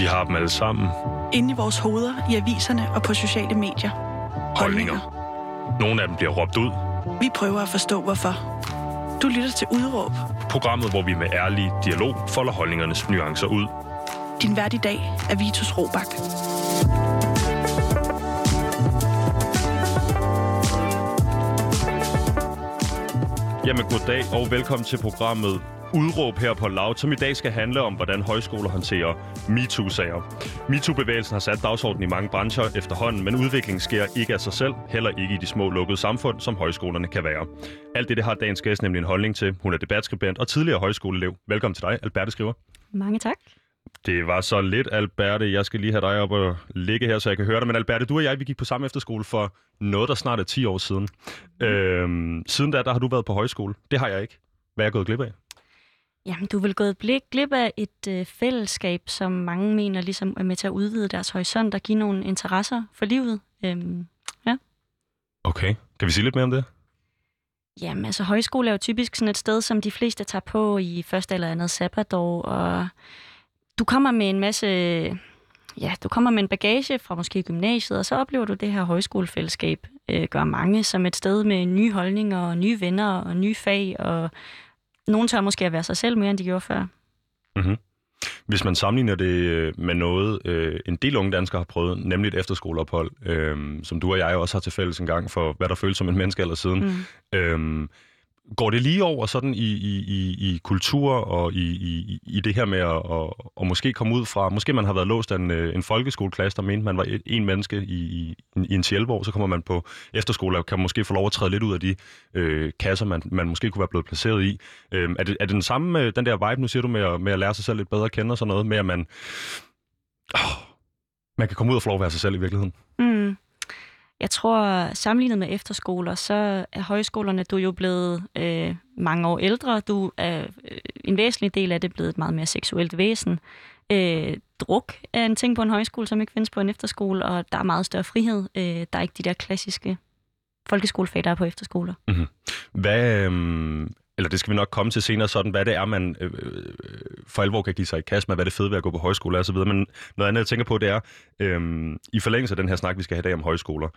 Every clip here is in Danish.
Vi har dem alle sammen. Inde i vores hoveder, i aviserne og på sociale medier. Holdninger. Nogle af dem bliver råbt ud. Vi prøver at forstå, hvorfor. Du lytter til Udråb. Programmet, hvor vi med ærlig dialog folder holdningernes nuancer ud. Din vært i dag er Vitus Robak. Jamen goddag og velkommen til programmet Udråb her på Loud, som i dag skal handle om, hvordan højskoler håndterer MeToo-sager. MeToo-bevægelsen har sat dagsordenen i mange brancher efterhånden, men udviklingen sker ikke af sig selv, heller ikke i de små lukkede samfund, som højskolerne kan være. Alt det har dagens gæst nemlig en holdning til. Hun er debatskribent og tidligere højskoleelev. Velkommen til dig, Alberte Skriver. Mange tak. Det var så lidt, Alberte. Jeg skal lige have dig op og ligge her, så jeg kan høre dig. Men Alberte, du og jeg, vi gik på samme efterskole for noget, der snart er 10 år siden. Siden da, der har du været på højskole. Det har jeg ikke. Hvad er jeg gået glip af? Jamen, du er vel gået glip af et fællesskab, som mange mener ligesom er med til at udvide deres horisont og give nogle interesser for livet. Ja. Okay. Kan vi sige lidt mere om det? Jamen, altså højskole er jo typisk sådan et sted, som de fleste tager på i første eller andet sabbatår, og du kommer med en masse... Ja, du kommer med en bagage fra måske gymnasiet, og så oplever du det her højskolefællesskab gør mange som et sted med nye holdninger og nye venner og nye fag, og nogen tør måske at være sig selv mere, end de gjorde før. Mm-hmm. Hvis man sammenligner det med noget, en del unge danskere har prøvet, nemlig et efterskoleophold, som du og jeg også har til fælles en gang for, hvad der føles som en menneskealder siden. Går det lige over sådan i kultur og i det her med at måske komme ud fra... Måske man har været låst af en folkeskoleklasse, der mente, man var en menneske i en 11 år, så kommer man på efterskole og kan måske få lov at træde lidt ud af de kasser, man måske kunne være blevet placeret i. Er det den samme, den der vibe, nu siger du, med at lære sig selv lidt bedre at kende og sådan noget, med at man kan komme ud og få lov at være sig selv i virkeligheden? Jeg tror, sammenlignet med efterskoler, så er højskolerne, du er jo blevet mange år ældre. Du er en væsentlig del af det blevet et meget mere seksuelt væsen. Druk er en ting på en højskole, som ikke findes på en efterskole, og der er meget større frihed. Der er ikke de der klassiske folkeskolefag, der er på efterskoler. Mm-hmm. Eller det skal vi nok komme til senere, sådan hvad det er, man for alvor kan give sig i kast med, hvad det fede ved at gå på højskole og så videre. Men noget andet, jeg tænker på, det er, i forlængelse af den her snak, vi skal have i dag om højskoler,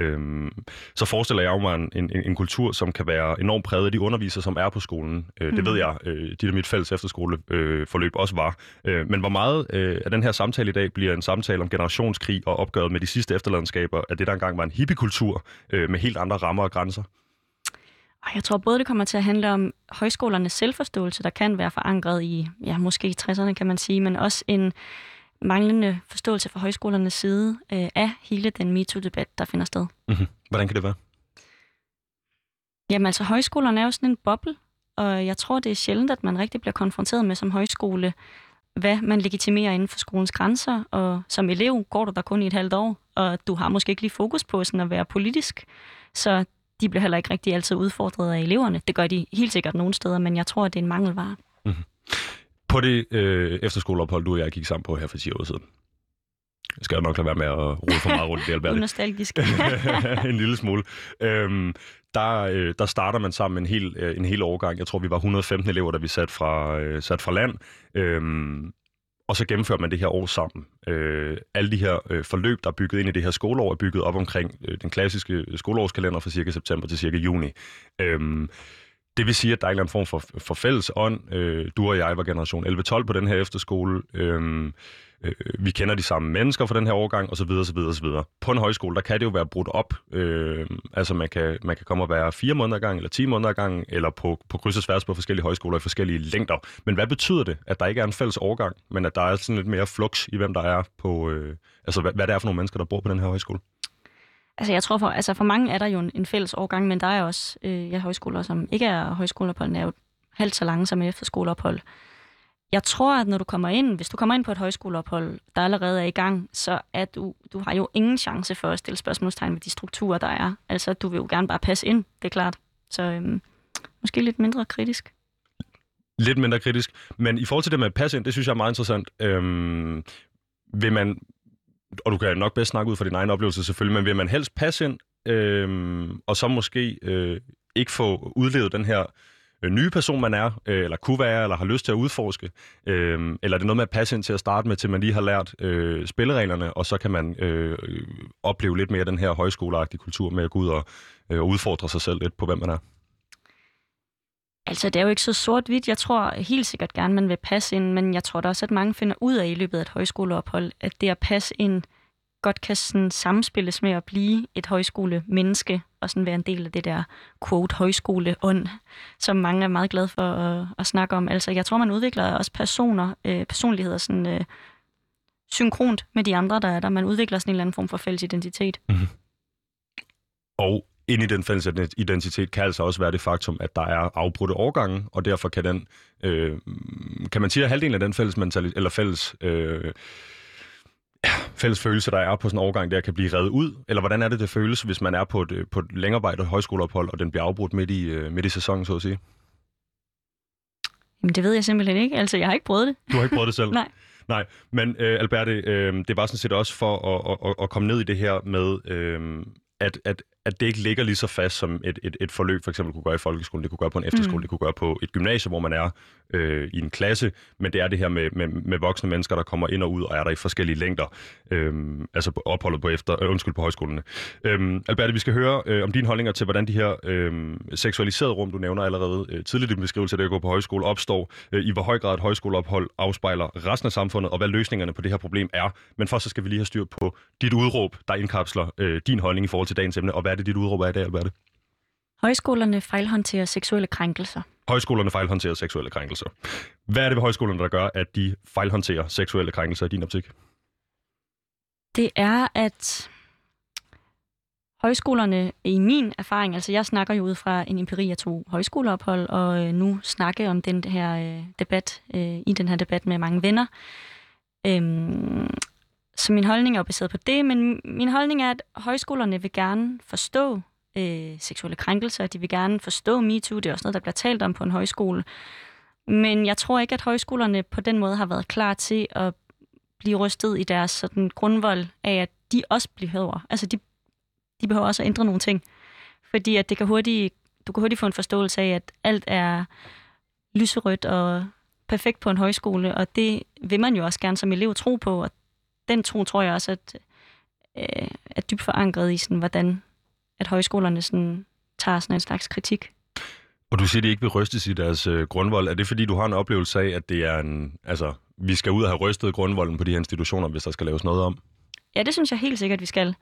så forestiller jeg mig en kultur, som kan være enormt præget af de undervisere, som er på skolen. Det ved jeg, de mit fælles efterskoleforløb også var. Men hvor meget af den her samtale i dag bliver en samtale om generationskrig og opgøret med de sidste efterladenskaber af det, der engang var en hippiekultur med helt andre rammer og grænser? Jeg tror både, det kommer til at handle om højskolernes selvforståelse, der kan være forankret i, ja, måske i 60'erne, kan man sige, men også en manglende forståelse fra højskolernes side af hele den MeToo-debat, der finder sted. Mm-hmm. Hvordan kan det være? Jamen altså, højskolerne er jo sådan en boble, og jeg tror, det er sjældent, at man rigtig bliver konfronteret med som højskole, hvad man legitimerer inden for skolens grænser, og som elev går du der kun i et halvt år, og du har måske ikke lige fokus på sådan at være politisk, så de bliver heller ikke rigtig altid udfordret af eleverne. Det gør de helt sikkert nogle steder, men jeg tror, at det er en mangelvare. Mm-hmm. På det efterskoleophold, du og jeg gik sammen på her for 10 år siden. Jeg skal jo nok lade være med at rode for meget rundt i det, Alberte. Nostalgisk. En lille smule. Der starter man sammen en hel årgang. Jeg tror, vi var 115 elever, da vi sat fra land. Og så gennemfører man det her år sammen. Alle de her forløb, der er bygget ind i det her skoleår, er bygget op omkring den klassiske skoleårskalender fra cirka september til cirka juni. Det vil sige, at der er en eller anden form for fælles ånd. Du og jeg var generation 11-12 på den her efterskole. Vi kender de samme mennesker fra den her årgang, osv. osv. På en højskole, der kan det jo være brudt op. Altså man kan komme og være 4 måneder ad gang, eller 10 måneder ad gang, eller på kryds og tværs på forskellige højskoler i forskellige længder. Men hvad betyder det, at der ikke er en fælles årgang, men at der er sådan lidt mere flux i, hvem der er på... altså hvad det er for nogle mennesker, der bor på den her højskole? Altså jeg tror, for mange er der jo en fælles årgang, men der er også højskoler, som ikke er højskoleophold, men er jo halvt så lange som et efterskoleophold. Jeg tror, at når du kommer ind, hvis du kommer ind på et højskoleophold, der allerede er i gang, så er du har jo ingen chance for at stille spørgsmålstegn ved de strukturer, der er. Altså, du vil jo gerne bare passe ind, det er klart. Så måske lidt mindre kritisk. Lidt mindre kritisk. Men i forhold til det med at passe ind, det synes jeg er meget interessant. Vil man, og du kan nok bedst snakke ud fra din egen oplevelse selvfølgelig, men vil man helst passe ind, og så måske ikke få udlevet den her nye person, man er, eller kunne være, eller har lyst til at udforske? Eller er det noget med at passe ind til at starte med, til man lige har lært spillereglerne, og så kan man opleve lidt mere den her højskoleagtige kultur med at gå ud og udfordre sig selv lidt på, hvem man er? Altså, det er jo ikke så sort-hvidt. Jeg tror helt sikkert gerne, man vil passe ind, men jeg tror da også, at mange finder ud af i løbet af et højskoleophold, at det at passe ind godt kan sådan samspilles med at blive et højskolemenneske, og sådan være en del af det der quote højskoleånd, som mange er meget glade for at snakke om. Altså, jeg tror, man udvikler også personligheder sådan synkront med de andre, der er der. Man udvikler sådan en eller anden form for fælles identitet. Mm-hmm. Og ind i den fælles identitet kan altså også være det faktum, at der er afbrudte årgange, og derfor kan den, kan man sige, at halvdelen af den fælles følelse, der er på sådan en årgang, der kan blive revet ud? Eller hvordan er det føles, hvis man er på et længerevarende højskoleophold, og den bliver afbrudt midt i sæsonen, så at sige? Jamen, det ved jeg simpelthen ikke. Altså, jeg har ikke prøvet det. Du har ikke prøvet det selv? Nej. Men Alberte, det var sådan set også for at komme ned i det her med, at det ikke ligger lige så fast, som et forløb for eksempel kunne gøre i folkeskolen, det kunne gøre på en efterskole, det kunne gøre på et gymnasie, hvor man er i en klasse, men det er det her med voksne mennesker, der kommer ind og ud og er der i forskellige længder, altså på opholdet på højskolerne. Alberte, vi skal høre om dine holdninger til, hvordan de her seksualiserede rum, du nævner allerede tidligt i din beskrivelse af det at gå på højskole, opstår, i hvor høj grad et højskoleophold afspejler resten af samfundet, og hvad løsningerne på det her problem er. Men først så skal vi lige have styr på dit udråb, der indkapsler din holdning i forhold til dagens emne, og hvad er det, dit udråb er i dag, Alberte? Højskolerne fejlhåndterer seksuelle krænkelser. Højskolerne fejlhåndterer seksuelle krænkelser. Hvad er det ved højskolerne, der gør, at de fejlhåndterer seksuelle krænkelser i din optik? Det er, at højskolerne, i min erfaring, altså jeg snakker jo ud fra en empiri af 2 højskoleophold, og nu snakke om den her debat, i den her debat med mange venner. Så min holdning er jo baseret på det, men min holdning er, at højskolerne vil gerne forstå seksuelle krænkelser, de vil gerne forstå MeToo, det er også noget, der bliver talt om på en højskole. Men jeg tror ikke, at højskolerne på den måde har været klar til at blive rystet i deres sådan grundvold af, at de også behøver. Altså de behøver også at ændre nogle ting. Fordi at du kan hurtigt få en forståelse af, at alt er lyserødt og perfekt på en højskole, og det vil man jo også gerne som elev tro på, og den tro tror jeg også, at er dybt forankret i, sådan, hvordan at højskolerne sådan, tager sådan en slags kritik. Og du siger, at de ikke vil rystes i deres grundvold. Er det fordi, du har en oplevelse af, at det er vi skal ud og have rystet grundvolden på de her institutioner, hvis der skal laves noget om? Ja, det synes jeg helt sikkert, vi skal.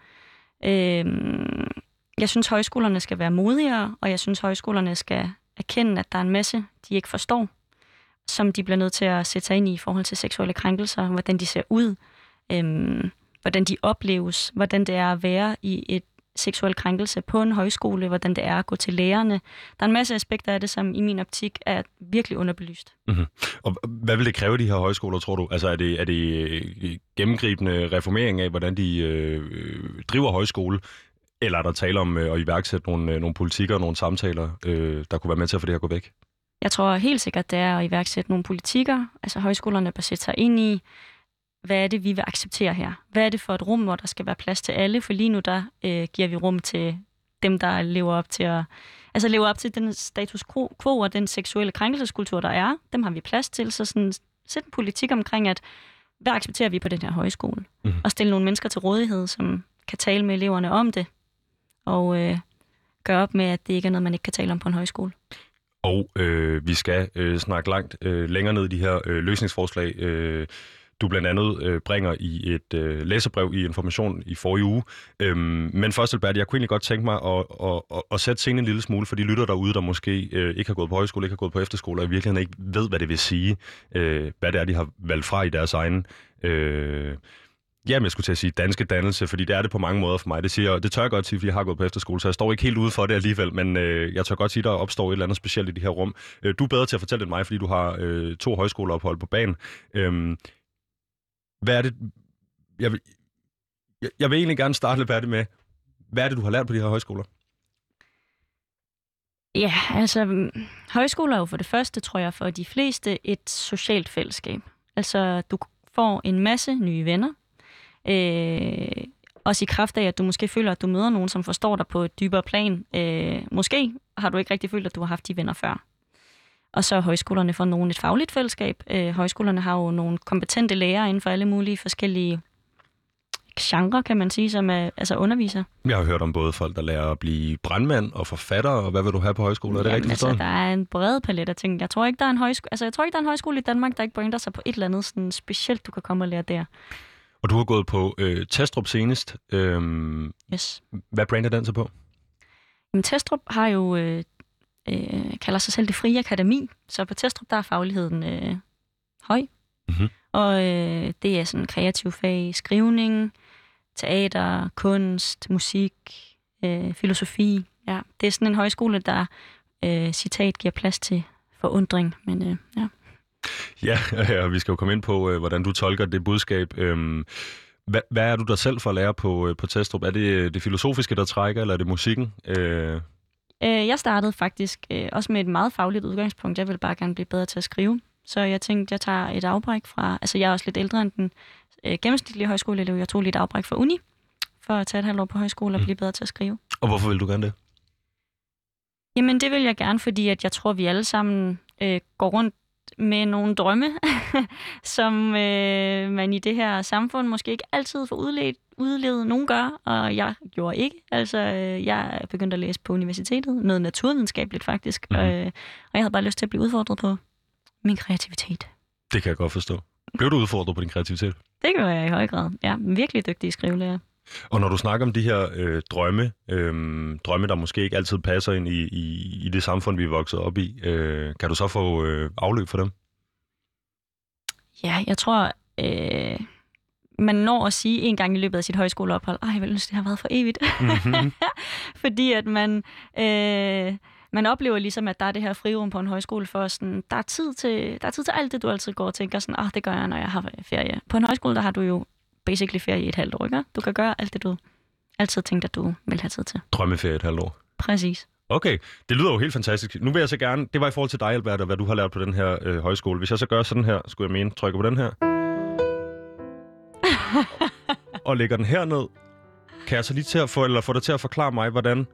Jeg synes, højskolerne skal være modigere, og jeg synes, højskolerne skal erkende, at der er en masse, de ikke forstår, som de bliver nødt til at sætte sig ind i forhold til seksuelle krænkelser, hvordan de ser ud, hvordan de opleves, hvordan det er at være i et seksuel krænkelse på en højskole, hvordan det er at gå til lærerne. Der er en masse aspekter af det, som i min optik er virkelig underbelyst. Mm-hmm. Og hvad vil det kræve, de her højskoler, tror du? Altså er det gennemgribende reformering af, hvordan de driver højskole, eller er der tale om at iværksætte nogle politikker og nogle samtaler, der kunne være med til at få det her gå væk? Jeg tror helt sikkert, det er at iværksætte nogle politikker. Altså højskolerne bør sætte sig ind i, hvad er det, vi vil acceptere her? Hvad er det for et rum, hvor der skal være plads til alle? For lige nu, der giver vi rum til dem, der lever op til den status quo og den seksuelle krænkelseskultur, der er. Dem har vi plads til. Så sådan, sæt en politik omkring, at hvad accepterer vi på den her højskole? Mm-hmm. Og stille nogle mennesker til rådighed, som kan tale med eleverne om det. Og gøre op med, at det ikke er noget, man ikke kan tale om på en højskole. Og vi skal snakke langt længere ned i de her løsningsforslag, du blandt andet bringer i et læserbrev i Information i forrige uge. Men først, Alberte, jeg kunne egentlig godt tænke mig at sætte scenen en lille smule for de lytter derude, der måske ikke har gået på højskole, ikke har gået på efterskole, og i virkeligheden ikke ved, hvad det vil sige, hvad det er, de har valgt fra i deres egen jeg skulle til at sige danske dannelse, fordi det er det på mange måder for mig. Det tør jeg godt sige, fordi jeg har gået på efterskole, så jeg står ikke helt ude for det alligevel, men jeg tør godt sige, der opstår et eller andet specielt i de her rum. Du er bedre til at fortælle end mig, fordi du har 2 højskoleophold på banen. Hvad er det? Jeg vil egentlig gerne starte lidt med, hvad er det, du har lært på de her højskoler? Ja, altså højskoler er jo for det første, tror jeg, for de fleste et socialt fællesskab. Altså du får en masse nye venner, også i kraft af, at du måske føler, at du møder nogen, som forstår dig på et dybere plan. Måske har du ikke rigtig følt, at du har haft de venner før. Og så højskolerne for nogen et fagligt fællesskab. Højskolerne har jo nogle kompetente lærere inden for alle mulige forskellige genre, kan man sige, som er altså underviser. Jeg har hørt om både folk, der lærer at blive brandmand og forfatter, og hvad vil du have på højskole? Er det rigtigt forstået? Der er en bred palet af ting. Jeg tror ikke, der er en højskole i Danmark, der ikke bringer sig på et eller andet sådan specielt, du kan komme og lære der. Og du har gået på Testrup senest. Yes. Hvad brander den så på? Jamen, Testrup har jo kalder sig selv det frie akademi, så på Testrup der er fagligheden høj. Mm-hmm. Og det er sådan kreativ fag, skrivning, teater, kunst, musik, filosofi. Ja, det er sådan en højskole, der citat giver plads til forundring, men ja. Ja, vi skal jo komme ind på, hvordan du tolker det budskab. Hvad er du der selv for at lære på Testrup? Er det det filosofiske, der trækker, eller er det musikken? Jeg startede faktisk også med et meget fagligt udgangspunkt. Jeg ville bare gerne blive bedre til at skrive. Så jeg tænkte, jeg tager et afbræk fra... Altså, jeg er også lidt ældre end den gennemsnitlige højskoleelev. Jeg tog lidt afbræk fra uni, for at tage et halvt år på højskole og blive bedre til at skrive. Og hvorfor vil du gerne det? Jamen, det vil jeg gerne, fordi at jeg tror, vi alle sammen går rundt med nogle drømme, som man i det her samfund måske ikke altid får udlevet. Nogen gør, og jeg gjorde ikke. Altså, jeg begyndte at læse på universitetet, noget naturvidenskabeligt faktisk, og jeg havde bare lyst til at blive udfordret på min kreativitet. Det kan jeg godt forstå. Blev du udfordret på din kreativitet? Det gør jeg i høj grad. Ja, virkelig dygtig skrivelærer. Og når du snakker om de her drømme, der måske ikke altid passer ind i det samfund, vi er vokset op i, kan du så få afløb for dem? Ja, jeg tror, man når at sige en gang i løbet af sit højskoleophold, jeg vil ønske, det har været for evigt. Mm-hmm. Fordi at man oplever ligesom, at der er det her frirum på en højskole for sådan, der er tid til alt det, du altid går og tænker sådan, det gør jeg, når jeg har ferie. På en højskole, der har du jo basically ferie i et halvt år, ikke? Du kan gøre alt det, du altid tænkte, at du vil have tid til. Drømmeferie et halvt år? Præcis. Okay, det lyder jo helt fantastisk. Nu vil jeg så gerne, det var i forhold til dig, Albert, og hvad du har lært på den her højskole. Hvis jeg så gør sådan her, skulle jeg trykker på den her, og lægger den herned, kan jeg så lige til at få dig til at forklare mig,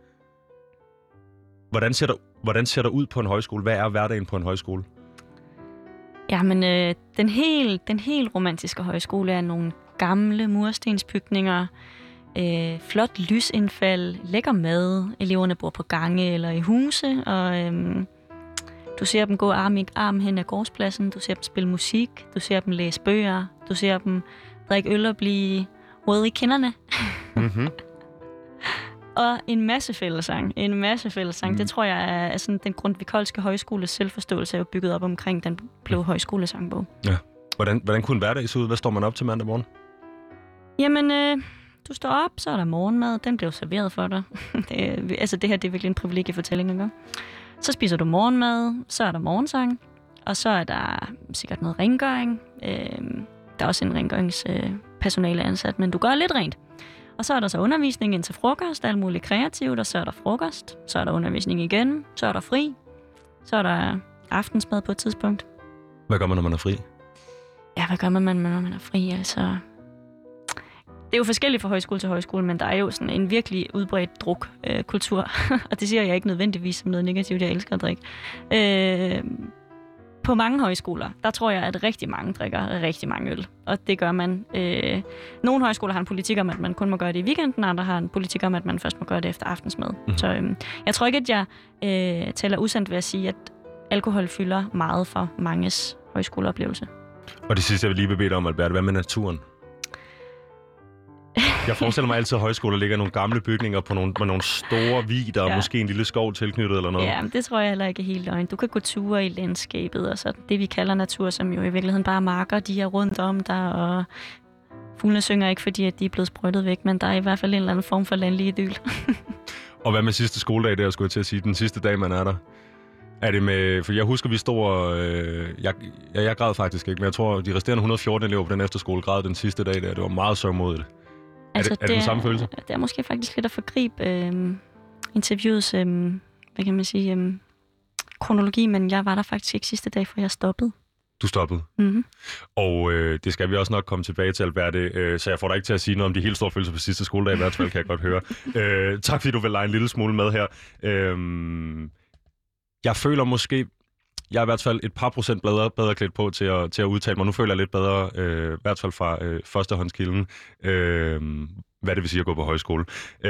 hvordan ser der ud på en højskole? Hvad er hverdagen på en højskole? Jamen, den helt romantiske højskole er nogle gamle murstensbygninger, flot lysindfald, lækker mad, eleverne bor på gange eller i huse, og du ser dem gå arm i arm hen ad gårdspladsen, du ser dem spille musik, du ser dem læse bøger, du ser dem drikke øl og blive røde i kinderne. Mm-hmm. Og en masse fællesang. Det tror jeg er sådan, den Grundtvig-Koldske Højskoles selvforståelse er jo bygget op omkring den blå højskolesangbog. Ja. Hvordan kunne en hverdag se ud? Hvad står man op til mandag morgen? Jamen, du står op, så er der morgenmad. Den bliver serveret for dig. Det her det er virkelig en privilegiefortælling, ikke? Så spiser du morgenmad, så er der morgensang, og så er der sikkert noget rengøring. Der er også en rengøringspersonale ansat, men du gør lidt rent. Og så er der så undervisning indtil frokost, alt muligt kreativt, og så er der frokost, så er der undervisning igen, så er der fri, så er der aftensmad på et tidspunkt. Hvad gør man, når man er fri? Ja, hvad gør man, når man er fri? Altså, det er jo forskelligt fra højskole til højskole, men der er jo sådan en virkelig udbredt drukkultur, og det siger jeg ikke nødvendigvis som noget negativt, jeg elsker at drikke. På mange højskoler, der tror jeg, at rigtig mange drikker rigtig mange øl. Og det gør man. Nogle højskoler har en politik om, at man kun må gøre det i weekenden, andre har en politik om, at man først må gøre det efter aftensmad. Mm. Så jeg tror ikke, at jeg taler usandt ved at sige, at alkohol fylder meget for manges højskoleoplevelse. Og det sidste, jeg vil lige bede dig om, Albert, hvad med naturen? Jeg forestiller mig altid, at højskoler ligger i nogle gamle bygninger på nogle store vidder, og måske en lille skov tilknyttet eller noget. Ja, det tror jeg heller ikke er helt løgn. Du kan gå ture i landskabet, og så det, vi kalder natur, som jo i virkeligheden bare marker, de er rundt om dig, og fuglene synger ikke, fordi at de er blevet sprøjtet væk, men der er i hvert fald en eller anden form for landlig idyl. Og hvad med sidste skoledag der, skulle jeg til at sige, den sidste dag, man er der? Er det med... For jeg husker, vi stod jeg græd faktisk ikke, men jeg tror, de resterende 114 elever på den efterskole græd den sidste dag der. Det var meget sørgmodigt. Altså, er det den samme følelse? Det er måske faktisk lidt at forgribe interviewets, hvad kan man sige, kronologi, men jeg var der faktisk ikke sidste dag, for jeg stoppede. Du stoppede? Mm-hmm. Og det skal vi også nok komme tilbage til, Alberte, så jeg får dig ikke til at sige noget om de helt store følelser på sidste skoledag, i hvert fald kan jeg godt høre. Tak fordi du vil lege en lille smule med her. Jeg føler måske... jeg er i hvert fald et par procent bedre klædt på til at udtale mig. Nu føler jeg lidt bedre, i hvert fald fra førstehåndskilden, hvad det vil sige at gå på højskole.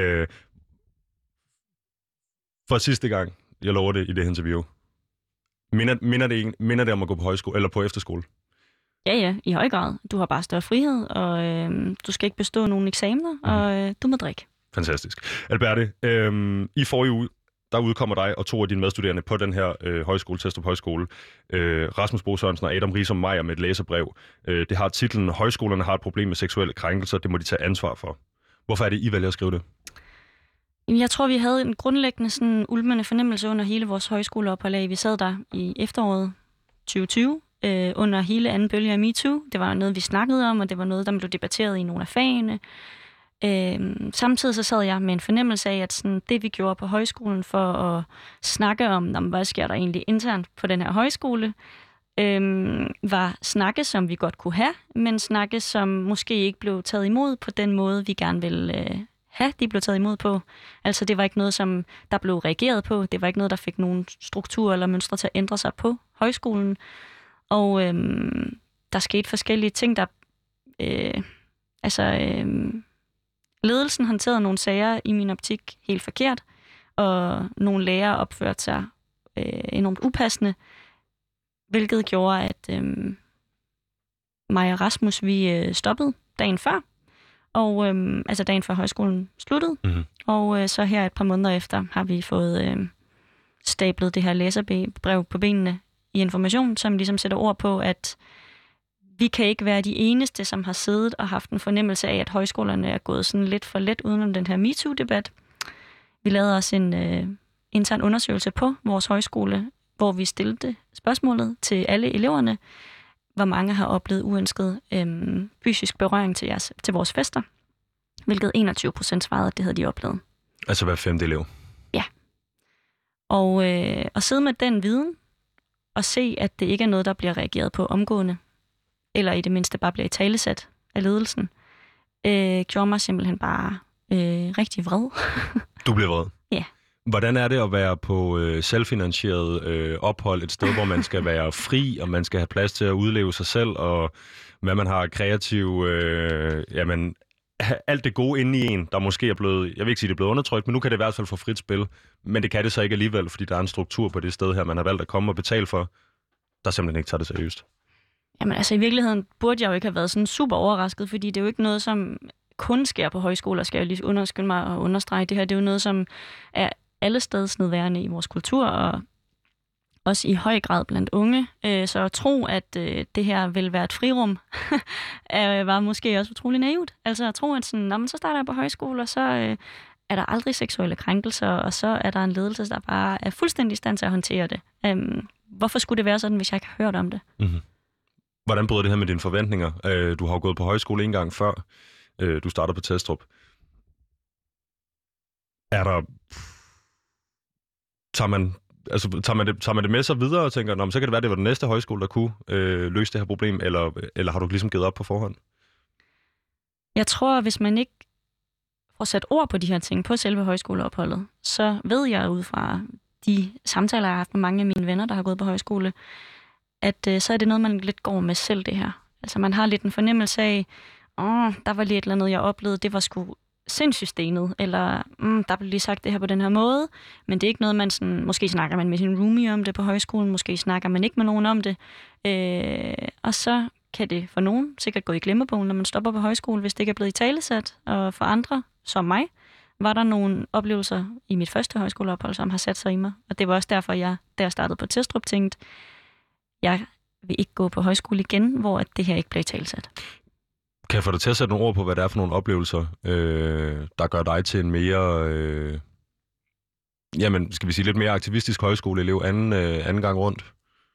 For sidste gang, jeg lover det i det interview, minder det om at gå på højskole eller på efterskole? Ja, i høj grad. Du har bare større frihed, og du skal ikke bestå nogen eksamener, og du må drikke. Fantastisk. Alberte, i forrige uge, der udkommer dig og 2 af dine medstuderende på den her højskole, Testrup Højskole, Rasmus Bo Sørensen og Adam Risom Meyer med et læserbrev. Det har titlen "Højskolerne har et problem med seksuelle krænkelser, det må de tage ansvar for". Hvorfor er det, I vælger at skrive det? Jeg tror, vi havde en grundlæggende sådan ulmende fornemmelse under hele vores højskoleophold. Vi sad der i efteråret 2020, under hele anden bølge af MeToo. Det var noget, vi snakkede om, og det var noget, der blev debatteret i nogle af fagene. Samtidig så sad jeg med en fornemmelse af, at sådan, det vi gjorde på højskolen for at snakke om, hvad sker der egentlig internt på den her højskole, var snakke, som vi godt kunne have, men snakke, som måske ikke blev taget imod på den måde, vi gerne ville have, de blev taget imod på. Altså det var ikke noget, som der blev reageret på. Det var ikke noget, der fik nogen struktur eller mønstre til at ændre sig på højskolen. Og der skete forskellige ting, der... ledelsen håndterede nogle sager i min optik helt forkert, og nogle lærere opførte sig enormt upassende, hvilket gjorde, at mig og Rasmus, vi stoppede dagen før, og dagen før højskolen sluttede. Mm-hmm. Og så her et par måneder efter har vi fået stablet det her læserbrev på benene i Information, som ligesom sætter ord på, at vi kan ikke være de eneste, som har siddet og haft en fornemmelse af, at højskolerne er gået sådan lidt for let udenom den her MeToo-debat. Vi lavede også en intern undersøgelse på vores højskole, hvor vi stillede spørgsmålet til alle eleverne, hvor mange har oplevet uønsket fysisk berøring til vores fester, hvilket 21% svarede, at det havde de oplevet. Altså hver 5. elev? Ja. Og at sidde med den viden og se, at det ikke er noget, der bliver reageret på omgående, eller i det mindste bare bliver italesat af ledelsen, gjorde mig simpelthen bare rigtig vred. Du blev vred? Ja. Hvordan er det at være på selvfinansieret ophold, et sted, hvor man skal være fri, og man skal have plads til at udleve sig selv, og hvad man har kreativ... alt det gode inde i en, der måske er blevet... Jeg vil ikke sige, det er blevet undertrykt, men nu kan det i hvert fald få frit spil. Men det kan det så ikke alligevel, fordi der er en struktur på det sted her, man har valgt at komme og betale for, der simpelthen ikke tager det seriøst. Jamen altså i virkeligheden burde jeg jo ikke have været sådan super overrasket, fordi det er jo ikke noget, som kun sker på højskoler, skal jeg lige undskylde mig og understrege. Det her, det er jo noget, som er alle steds nedværende i vores kultur, og også i høj grad blandt unge. Så at tro, at det her vil være et frirum, var måske også utrolig naivt. Altså at tro, at sådan, så starter jeg på højskole, og så er der aldrig seksuelle krænkelser, og så er der en ledelse, der bare er fuldstændig i stand til at håndtere det. Hvorfor skulle det være sådan, hvis jeg ikke har hørt om det? Mm-hmm. Hvordan bryder det her med dine forventninger? Du har jo gået på højskole en gang før. Du startede på Testrup. Tager man det med sig videre og tænker, så kan det være, det var den næste højskole, der kunne løse det her problem, eller har du ligesom givet op på forhånd? Jeg tror, hvis man ikke får sat ord på de her ting på selve højskoleopholdet, så ved jeg ud fra de samtaler, jeg har haft med mange af mine venner, der har gået på højskole, at så er det noget, man lidt går med selv, det her. Altså man har lidt en fornemmelse af, der var lige et eller andet, jeg oplevede, det var sgu sindssygt stenet, eller der blev lige sagt det her på den her måde, men det er ikke noget, man sådan, måske snakker man med sin roomie om det på højskolen, måske snakker man ikke med nogen om det, og så kan det for nogen sikkert gå i glemmebogen, når man stopper på højskole, hvis det ikke er blevet italesat, og for andre, som mig, var der nogle oplevelser i mit første højskoleophold, som har sat sig i mig, og det var også derfor, da jeg startede på Testrup, tænkte, jeg vil ikke gå på højskole igen, hvor det her ikke bliver italesat. Kan jeg få dig til at sætte nogle ord på, hvad det er for nogle oplevelser, der gør dig til en mere, skal vi sige, lidt mere aktivistisk højskoleelev anden gang rundt?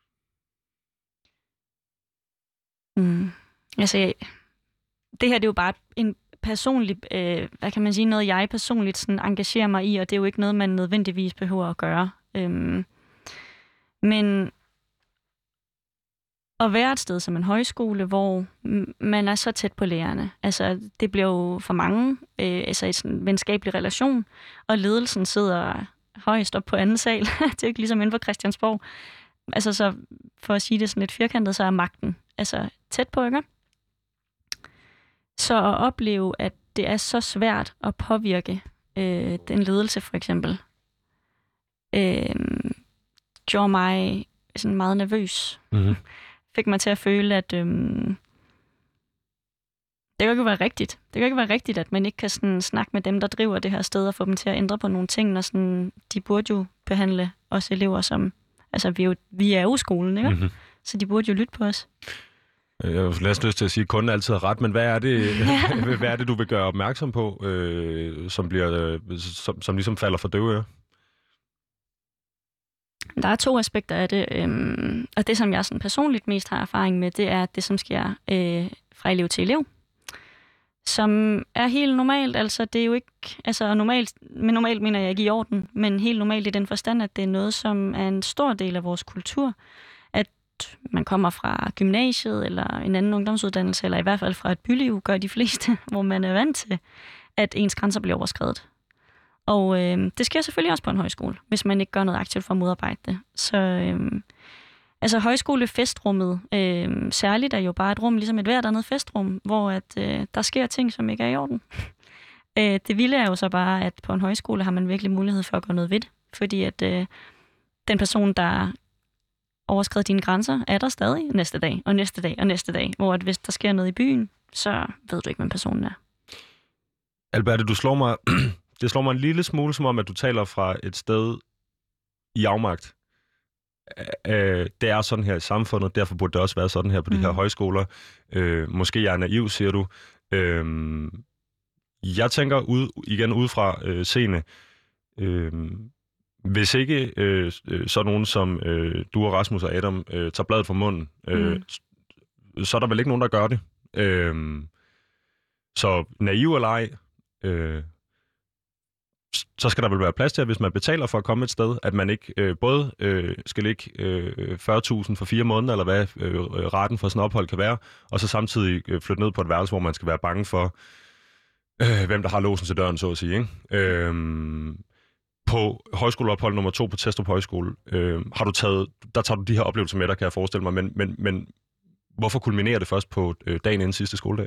Det her det er jo bare en personlig, noget jeg personligt sådan engagerer mig i, og det er jo ikke noget, man nødvendigvis behøver at gøre. Men at være et sted som en højskole, hvor man er så tæt på lærerne. Altså, det bliver jo for mange et sådan venskabelig relation, og ledelsen sidder højst op på anden sal. Det er jo ikke ligesom inde på Christiansborg. altså så for at sige det sådan lidt firkantet, så er magten altså tæt på, ikke? Så at opleve, at det er så svært at påvirke den ledelse, for eksempel, gjorde mig sådan meget nervøs. Mm-hmm. Fik mig til at føle, at det kan ikke være rigtigt. Det kan ikke være rigtigt, at man ikke kan sådan snakke med dem, der driver det her sted, og få dem til at ændre på nogle ting, når sådan, de burde jo behandle os elever som... Altså, vi er jo skolen, ikke? Mm-hmm. Så de burde jo lytte på os. Jeg har næsten lyst til at sige, at kunden altid har ret, men hvad er det, du vil gøre opmærksom på, som ligesom falder for døve øre? Der er 2 aspekter af det, og det, som jeg sådan personligt mest har erfaring med, det er det, som sker fra elev til elev, som er helt normalt. Altså, det er jo ikke, altså normalt mener jeg ikke i orden, men helt normalt i den forstand, at det er noget, som er en stor del af vores kultur, at man kommer fra gymnasiet eller en anden ungdomsuddannelse, eller i hvert fald fra et byliv, gør de fleste, hvor man er vant til, at ens grænser bliver overskredet. Og det sker selvfølgelig også på en højskole, hvis man ikke gør noget aktivt for at modarbejde det. Så altså højskolefestrummet særligt er jo bare et rum, ligesom et hvert andet festrum, hvor at, der sker ting, som ikke er i orden. Det vilde er jo så bare, at på en højskole har man virkelig mulighed for at gøre noget ved det, fordi at den person, der overskrider dine grænser, er der stadig næste dag, og næste dag, og næste dag, hvor at hvis der sker noget i byen, så ved du ikke, hvem personen er. Alberte, det slår mig en lille smule som om, at du taler fra et sted i afmagt. Det er sådan her i samfundet, derfor burde det også være sådan her på de her højskoler. Måske jeg er naiv, siger du. Jeg tænker udefra scene, hvis ikke så nogen som du og Rasmus og Adam tager bladet fra munden, så er der vel ikke nogen, der gør det. Så naiv eller ej, så skal der vel være plads til, at hvis man betaler for at komme et sted, at man ikke både skal ligge 40.000 for 4 måneder, eller hvad raten for sådan ophold kan være, og så samtidig flytte ned på et værelse, hvor man skal være bange for, hvem der har låsen til døren, så at sige. Ikke? På højskoleophold nummer 2 på Testrup Højskole, der tager du de her oplevelser med dig, kan jeg forestille mig, men hvorfor kulminerer det først på dagen inden sidste skoledag?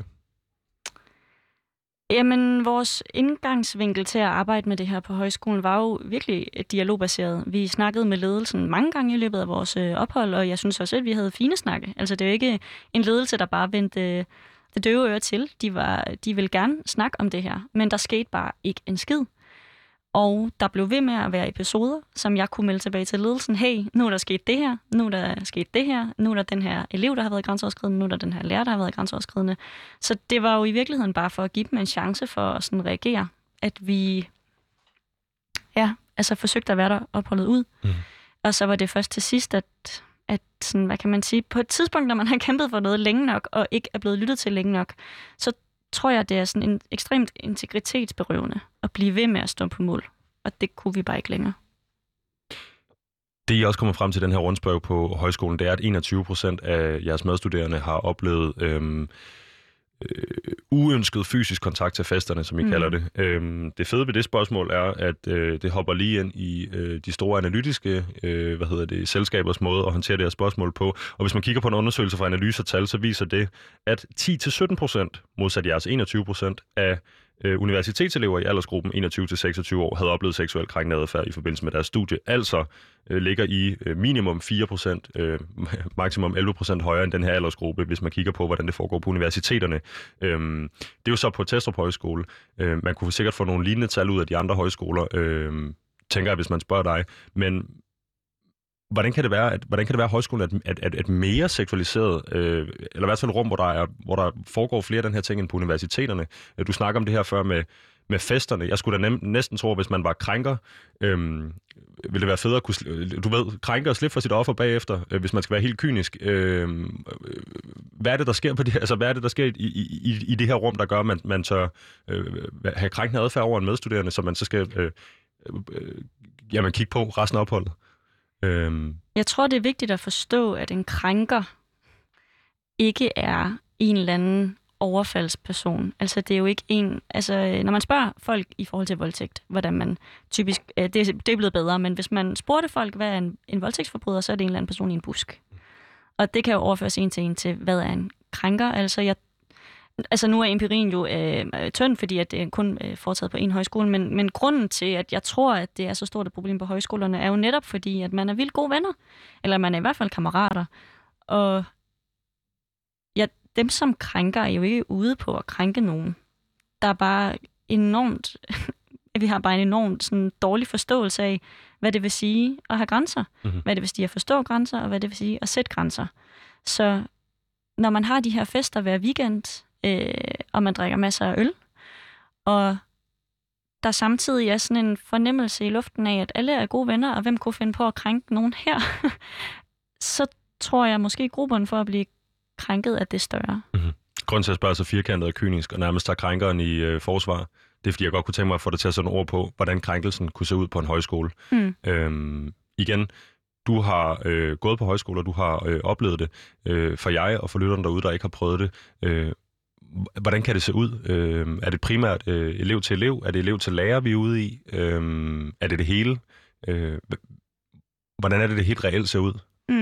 Jamen, vores indgangsvinkel til at arbejde med det her på højskolen var jo virkelig dialogbaseret. Vi snakkede med ledelsen mange gange i løbet af vores ophold, og jeg synes også, at vi havde fine snakke. Altså, det er jo ikke en ledelse, der bare vendte det døve øre til. De ville gerne snakke om det her, men der skete bare ikke en skid. Og der blev ved med at være episoder, som jeg kunne melde tilbage til ledelsen. Hey, nu er der sket det her, nu er der sket det her, nu er der den her elev, der har været grænseoverskridende, nu er der den her lærer, der har været grænseoverskridende. Så det var jo i virkeligheden bare for at give dem en chance for at sådan reagere, at vi forsøgte at være der opholdet ud. Og så var det først til sidst, at sådan, hvad kan man sige, på et tidspunkt, når man har kæmpet for noget længe nok, og ikke er blevet lyttet til længe nok, så tror jeg, det er sådan en ekstremt integritetsberøvende at blive ved med at stå på mål. Og det kunne vi bare ikke længere. Det, I også kommer frem til den her rundspørg på højskolen, det er, at 21% af jeres medstuderende har oplevet uønsket fysisk kontakt til festerne, som I kalder det. Det fede ved det spørgsmål er, at det hopper lige ind i de store analytiske selskabers måde at håndtere det her spørgsmål på. Og hvis man kigger på en undersøgelse fra Analysertal, så viser det, at 10-17%, modsat jeres 21% af universitetselever i aldersgruppen 21-26 år havde oplevet seksuel krænkende adfærd i forbindelse med deres studie. Altså ligger i minimum 4%, maksimum 11% højere end den her aldersgruppe, hvis man kigger på, hvordan det foregår på universiteterne. Det er jo så på Testrup Højskole. Man kunne sikkert få nogle lignende tal ud af de andre højskoler, tænker jeg, hvis man spørger dig. Men hvordan kan det være, at højskolen er et mere seksualiseret, eller i hvert fald et rum, hvor der foregår flere af den her ting end på universiteterne? Du snakker om det her før med festerne. Jeg skulle da næsten tro, hvis man var krænker, ville det være federe at kunne, krænke og slippe for sit offer bagefter, hvis man skal være helt kynisk. Hvad er det, der sker på det? Altså, hvad er det, der sker i det her rum, der gør, at man tør have krænkende adfærd over en medstuderende, som man så skal kigge på resten af opholdet? Jeg tror, det er vigtigt at forstå, at en krænker ikke er en eller anden overfaldsperson. Altså, det er jo ikke en... Altså, når man spørger folk i forhold til voldtægt, hvordan man typisk... Det er blevet bedre, men hvis man spurgte folk, hvad er en voldtægtsforbryder, så er det en eller anden person i en busk. Og det kan jo overføres en til, hvad er en krænker. Altså, nu er empirien jo tynd, fordi at det er kun foretaget på en højskole, men grunden til, at jeg tror, at det er så stort et problem på højskolerne, er jo netop fordi, at man er vildt gode venner, eller man er i hvert fald kammerater. Og dem, som krænker, er jo ikke ude på at krænke nogen. Der er bare enormt... Vi har bare en enormt sådan, dårlig forståelse af, hvad det vil sige at have grænser. Mm-hmm. Hvad det vil sige at forstå grænser, og hvad det vil sige at sætte grænser. Så når man har de her fester hver weekend, og man drikker masser af øl, og der samtidig er sådan en fornemmelse i luften af, at alle er gode venner, og hvem kunne finde på at krænke nogen her, så tror jeg måske grupperne for at blive krænket, at det er større. Mm-hmm. Grunden til at spørge så firkantet og kynisk, og nærmest tager krænkeren i forsvar, det er fordi, jeg godt kunne tænke mig at få dig til at sætte nogle ord på, hvordan krænkelsen kunne se ud på en højskole. Igen, du har gået på højskole, og du har oplevet det. For jeg og for lytterne derude, der ikke har prøvet det, hvordan kan det se ud? Er det primært elev til elev? Er det elev til lærer, vi er ude i? Er det det hele? Hvordan er det helt reelt ser ud?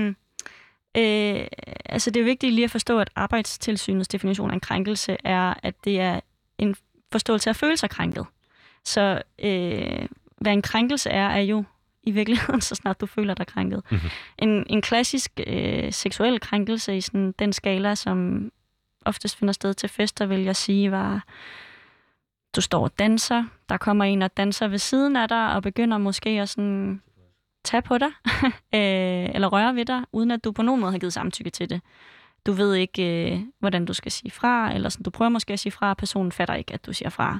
Altså det er vigtigt lige at forstå, at Arbejdstilsynets definition af en krænkelse er, at det er en forståelse af at føle sig krænket. Så hvad en krænkelse er jo i virkeligheden, så snart du føler dig krænket. Mm-hmm. En klassisk seksuel krænkelse i sådan den skala, som oftest finder sted til fester, vil jeg sige, var, du står og danser, der kommer en og danser ved siden af dig, og begynder måske at sådan tage på dig, eller røre ved dig, uden at du på nogen måde har givet samtykke til det. Du ved ikke, hvordan du skal sige fra, eller sådan, du prøver måske at sige fra, og personen fatter ikke, at du siger fra.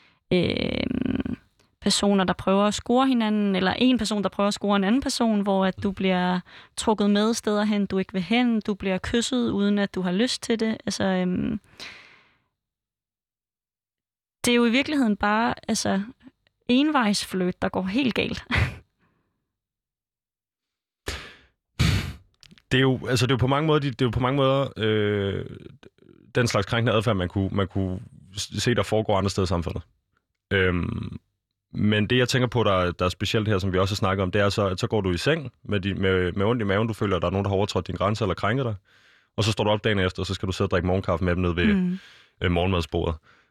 Personer, der prøver at score hinanden, eller en person, der prøver at score en anden person, hvor at du bliver trukket med steder hen, du ikke vil hen, du bliver kysset, uden at du har lyst til det. Altså, det er jo i virkeligheden bare envejsfløjt, der går helt galt. Det er jo på mange måder, den slags krænkende adfærd, man kunne se, der foregår andre steder i samfundet. Men det, jeg tænker på, der er specielt her, som vi også har snakket om, det er så, at så går du i seng med ondt i maven, du føler, at der er nogen, der har overtrådt dine grænser eller krænket dig, og så står du op dagen efter, og så skal du sidde og drikke morgenkaffe med dem nede ved morgenmadsbordet.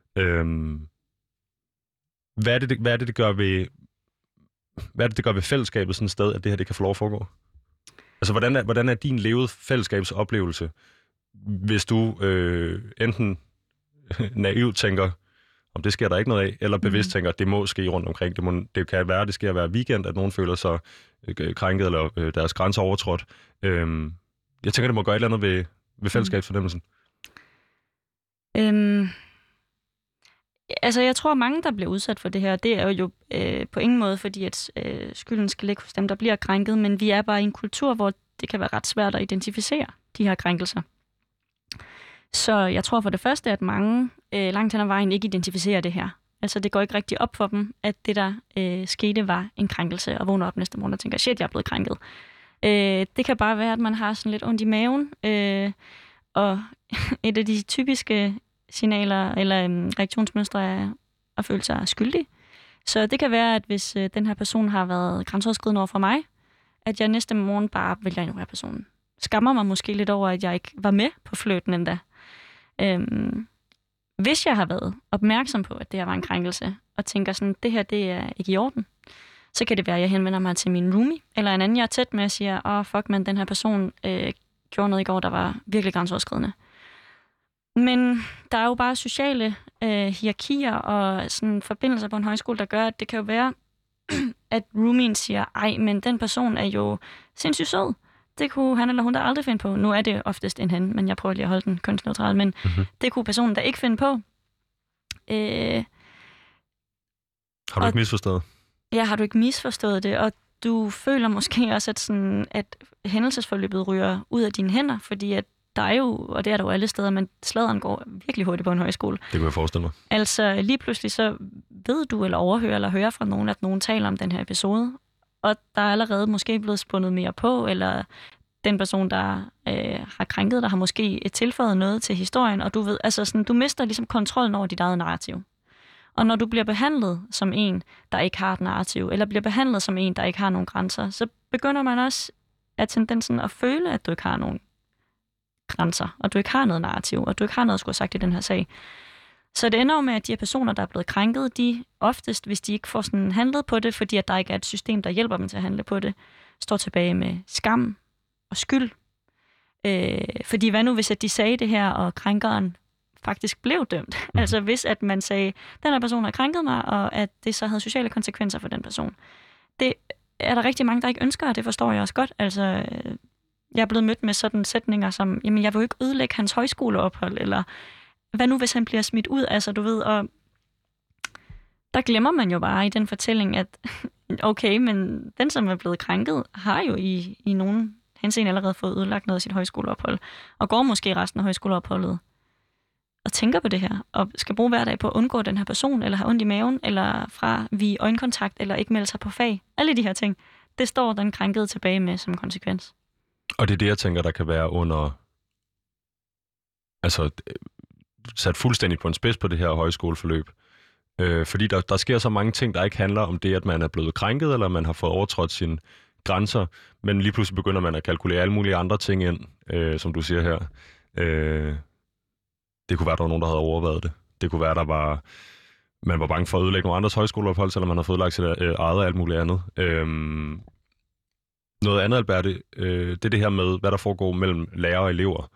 Hvad er det, det gør ved fællesskabet sådan et sted, at det her det kan få lov at foregå? Altså, hvordan er din levet fællesskabsoplevelse, hvis du enten naivt tænker, om det sker der ikke noget af, eller bevidst tænker, at det må ske rundt omkring. Det kan være, det sker hver weekend, at nogen føler sig krænket, eller deres grænser overtrådt. Jeg tænker, det må gøre et eller andet ved fællesskabsfornemmelsen. Altså, jeg tror, mange, der bliver udsat for det her, det er jo på ingen måde, fordi at skylden skal ligge hos dem, der bliver krænket, men vi er bare i en kultur, hvor det kan være ret svært at identificere de her krænkelser. Så jeg tror for det første, at mange langt hen ad vejen ikke identificerer det her. Altså, det går ikke rigtig op for dem, at det, der skete, var en krænkelse, og vågner op næste morgen og tænker, shit, jeg er blevet krænket. Det kan bare være, at man har sådan lidt ondt i maven, og et af de typiske signaler eller reaktionsmønstre er at føle sig skyldig. Så det kan være, at hvis den her person har været grænseoverskridende over for mig, at jeg næste morgen bare vælger at ignorere personen. Skammer mig måske lidt over, at jeg ikke var med på fløjten endda. Hvis jeg har været opmærksom på, at det her var en krænkelse, og tænker sådan, det her det er ikke i orden, så kan det være, at jeg henvender mig til min roomie, eller en anden, jeg er tæt med, og siger, fuck man, den her person gjorde noget i går, der var virkelig grænseoverskridende. Men der er jo bare sociale hierarkier og sådan forbindelser på en højskole, der gør, at det kan jo være, at roomien siger, ej, men den person er jo sindssygt sød. Det kunne han eller hun der aldrig finde på. Nu er det oftest en han, men jeg prøver lige at holde den kønsneutral, men det kunne personen der ikke finde på. Har du ikke misforstået? Ja, har du ikke misforstået det, og du føler måske også, at hændelsesforløbet ryger ud af dine hænder, fordi at der er jo, og det er der jo alle steder, men sladeren går virkelig hurtigt på en højskole. Det kan jeg forestille mig. Altså lige pludselig så ved du, eller overhører, eller hører fra nogen, at nogen taler om den her episode, og der er allerede måske blevet spundet mere på, eller den person, der har krænket dig, har måske tilføjet noget til historien, og du ved, altså sådan, du mister ligesom kontrollen over dit eget narrativ. Og når du bliver behandlet som en, der ikke har et narrativ, eller bliver behandlet som en, der ikke har nogen grænser, så begynder man også af tendensen at føle, at du ikke har nogen grænser, og du ikke har noget narrativ, og du ikke har noget at skulle have sagt i den her sag. Så det ender jo med, at de her personer, der er blevet krænket, de oftest, hvis de ikke får sådan handlet på det, fordi at der ikke er et system, der hjælper dem til at handle på det, står tilbage med skam og skyld. Fordi hvad nu, hvis at de sagde det her, og krænkeren faktisk blev dømt? Altså hvis at man sagde, den her person har krænket mig, og at det så havde sociale konsekvenser for den person. Det er der rigtig mange, der ikke ønsker, og det forstår jeg også godt. Altså, jeg er blevet mødt med sådan sætninger som, jamen jeg vil jo ikke ødelægge hans højskoleophold, eller hvad nu, hvis han bliver smidt ud? Altså, du ved, og der glemmer man jo bare i den fortælling, at okay, men den, som er blevet krænket, har jo i nogen henseende allerede fået ødelagt noget af sit højskoleophold, og går måske resten af højskoleopholdet og tænker på det her, og skal bruge hver dag på at undgå den her person, eller have ondt i maven, eller fra vi øjenkontakt, eller ikke melde sig på fag. Alle de her ting, det står den krænkede tilbage med som konsekvens. Og det er det, jeg tænker, der kan være under... Altså, sat fuldstændig på en spids på det her højskoleforløb. Fordi der sker så mange ting, der ikke handler om det, at man er blevet krænket, eller man har fået overtrådt sine grænser, men lige pludselig begynder man at kalkulere alle mulige andre ting ind, som du siger her. Det kunne være, der var nogen, der havde overvejet det. Det kunne være, man var bange for at ødelægge nogle andres højskoleophold, selvom man har fået lagt sit eget og alt muligt andet. Noget andet, Alberte, det er det her med, hvad der foregår mellem lærere og elever.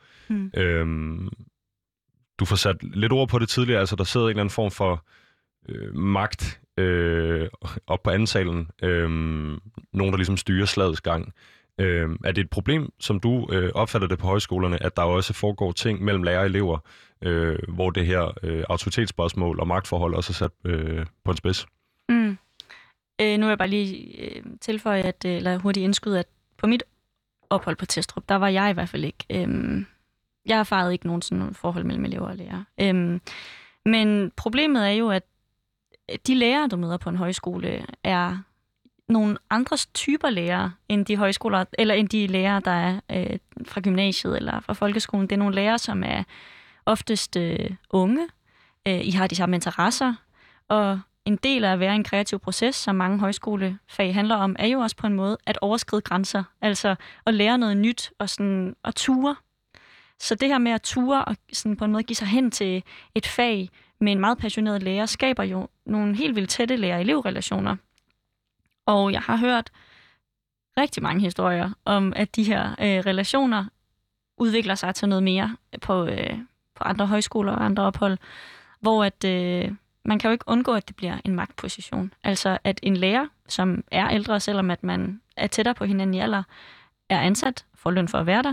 Du får sat lidt ord på det tidligere, altså der sidder en eller anden form for magt op på andensalen. Nogen, der ligesom styrer slagets gang. Er det et problem, som du opfatter det på højskolerne, at der også foregår ting mellem lærere og elever, hvor det her autoritetsspørgsmål og magtforhold også er sat på en spids? Nu vil jeg bare lige tilføje, eller hurtigt indskyde, at på mit ophold på Testrup, der var jeg i hvert fald ikke. Jeg har erfaret ikke nogen sådan forhold mellem elever og lærere. Men problemet er jo, at de lærere, du møder på en højskole, er nogle andre typer lærere end de højskoler, eller end de lærere, der er fra gymnasiet eller fra folkeskolen. Det er nogle lærere, som er oftest unge. I har de samme interesser, og en del af at være en kreativ proces, som mange højskolefag handler om, er jo også på en måde at overskride grænser. Altså at lære noget nyt og sådan at ture. Så det her med at ture og sådan på en måde give sig hen til et fag med en meget passioneret lærer, skaber jo nogle helt vildt tætte lærer-elev-relationer. Og jeg har hørt rigtig mange historier om, at de her relationer udvikler sig til noget mere på andre højskoler og andre ophold, hvor at man kan jo ikke undgå, at det bliver en magtposition. Altså at en lærer, som er ældre, selvom at man er tættere på hinanden i alder, er ansat, får løn for at være der,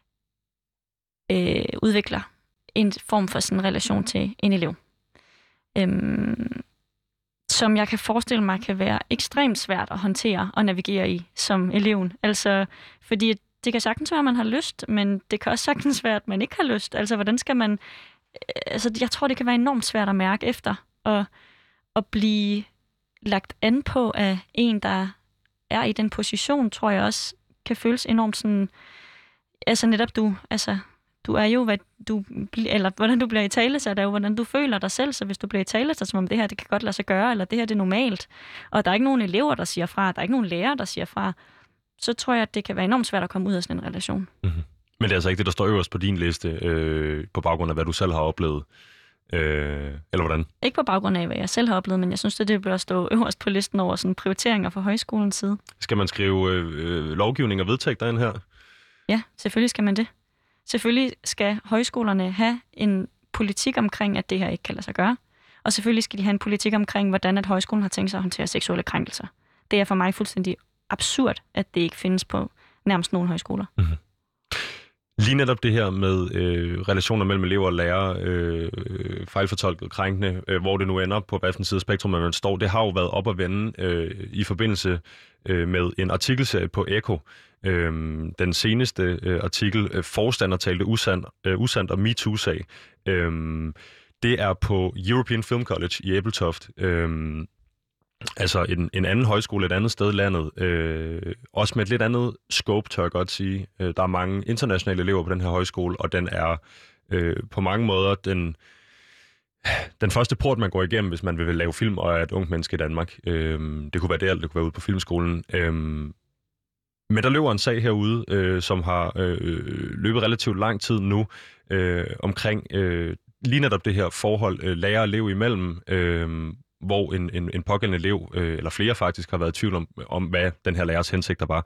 udvikler en form for sådan en relation til en elev. Som jeg kan forestille mig, kan være ekstremt svært at håndtere og navigere i som eleven. Altså, fordi det kan sagtens være, at man har lyst, men det kan også sagtens være, at man ikke har lyst. Altså, hvordan skal man... Altså, jeg tror, det kan være enormt svært at mærke efter, at blive lagt an på af en, der er i den position, tror jeg også kan føles enormt sådan... Altså, netop du er jo, hvordan du bliver i tale, så er det jo, hvordan du føler dig selv. Så hvis du bliver i tale, så som om det her, det kan godt lade sig gøre, eller det her, det er normalt, og der er ikke nogen elever, der siger fra, der er ikke nogen lærere, der siger fra, så tror jeg, at det kan være enormt svært at komme ud af sådan en relation. Mm-hmm. Men det er altså ikke det, der står øverst på din liste, på baggrund af, hvad du selv har oplevet? Eller hvordan? Ikke på baggrund af, hvad jeg selv har oplevet, men jeg synes, det bør stå øverst på listen over sådan prioriteringer fra højskolens side. Skal man skrive lovgivning og vedtægter ind her? Ja, selvfølgelig skal man det. Selvfølgelig skal højskolerne have en politik omkring, at det her ikke kan lade sig gøre. Og selvfølgelig skal de have en politik omkring, hvordan at højskolen har tænkt sig at håndtere seksuelle krænkelser. Det er for mig fuldstændig absurd, at det ikke findes på nærmest nogen højskoler. Mm-hmm. Lige netop det her med relationer mellem elever og lærere, fejlfortolket, krænkende, hvor det nu ender på hvilken side af spektrum, man står, det har jo været op at vende i forbindelse med en artikelserie på Eko. Den seneste artikel, Forstander talte usandt og MeToo-sag. Det er på European Film College i Ebeltoft. Altså en anden højskole et andet sted i landet, også med et lidt andet scope, tør jeg godt sige. Der er mange internationale elever på den her højskole, og den er på mange måder den første port, man går igennem, hvis man vil lave film og er et ungt menneske i Danmark. Det kunne være der, eller det kunne være ude på filmskolen. Men der løber en sag herude, som har løbet relativt lang tid nu, omkring lige netop det her forhold, lærer og elev imellem, hvor en pågældende elev, eller flere faktisk, har været i tvivl om hvad den her lærers hensigter var.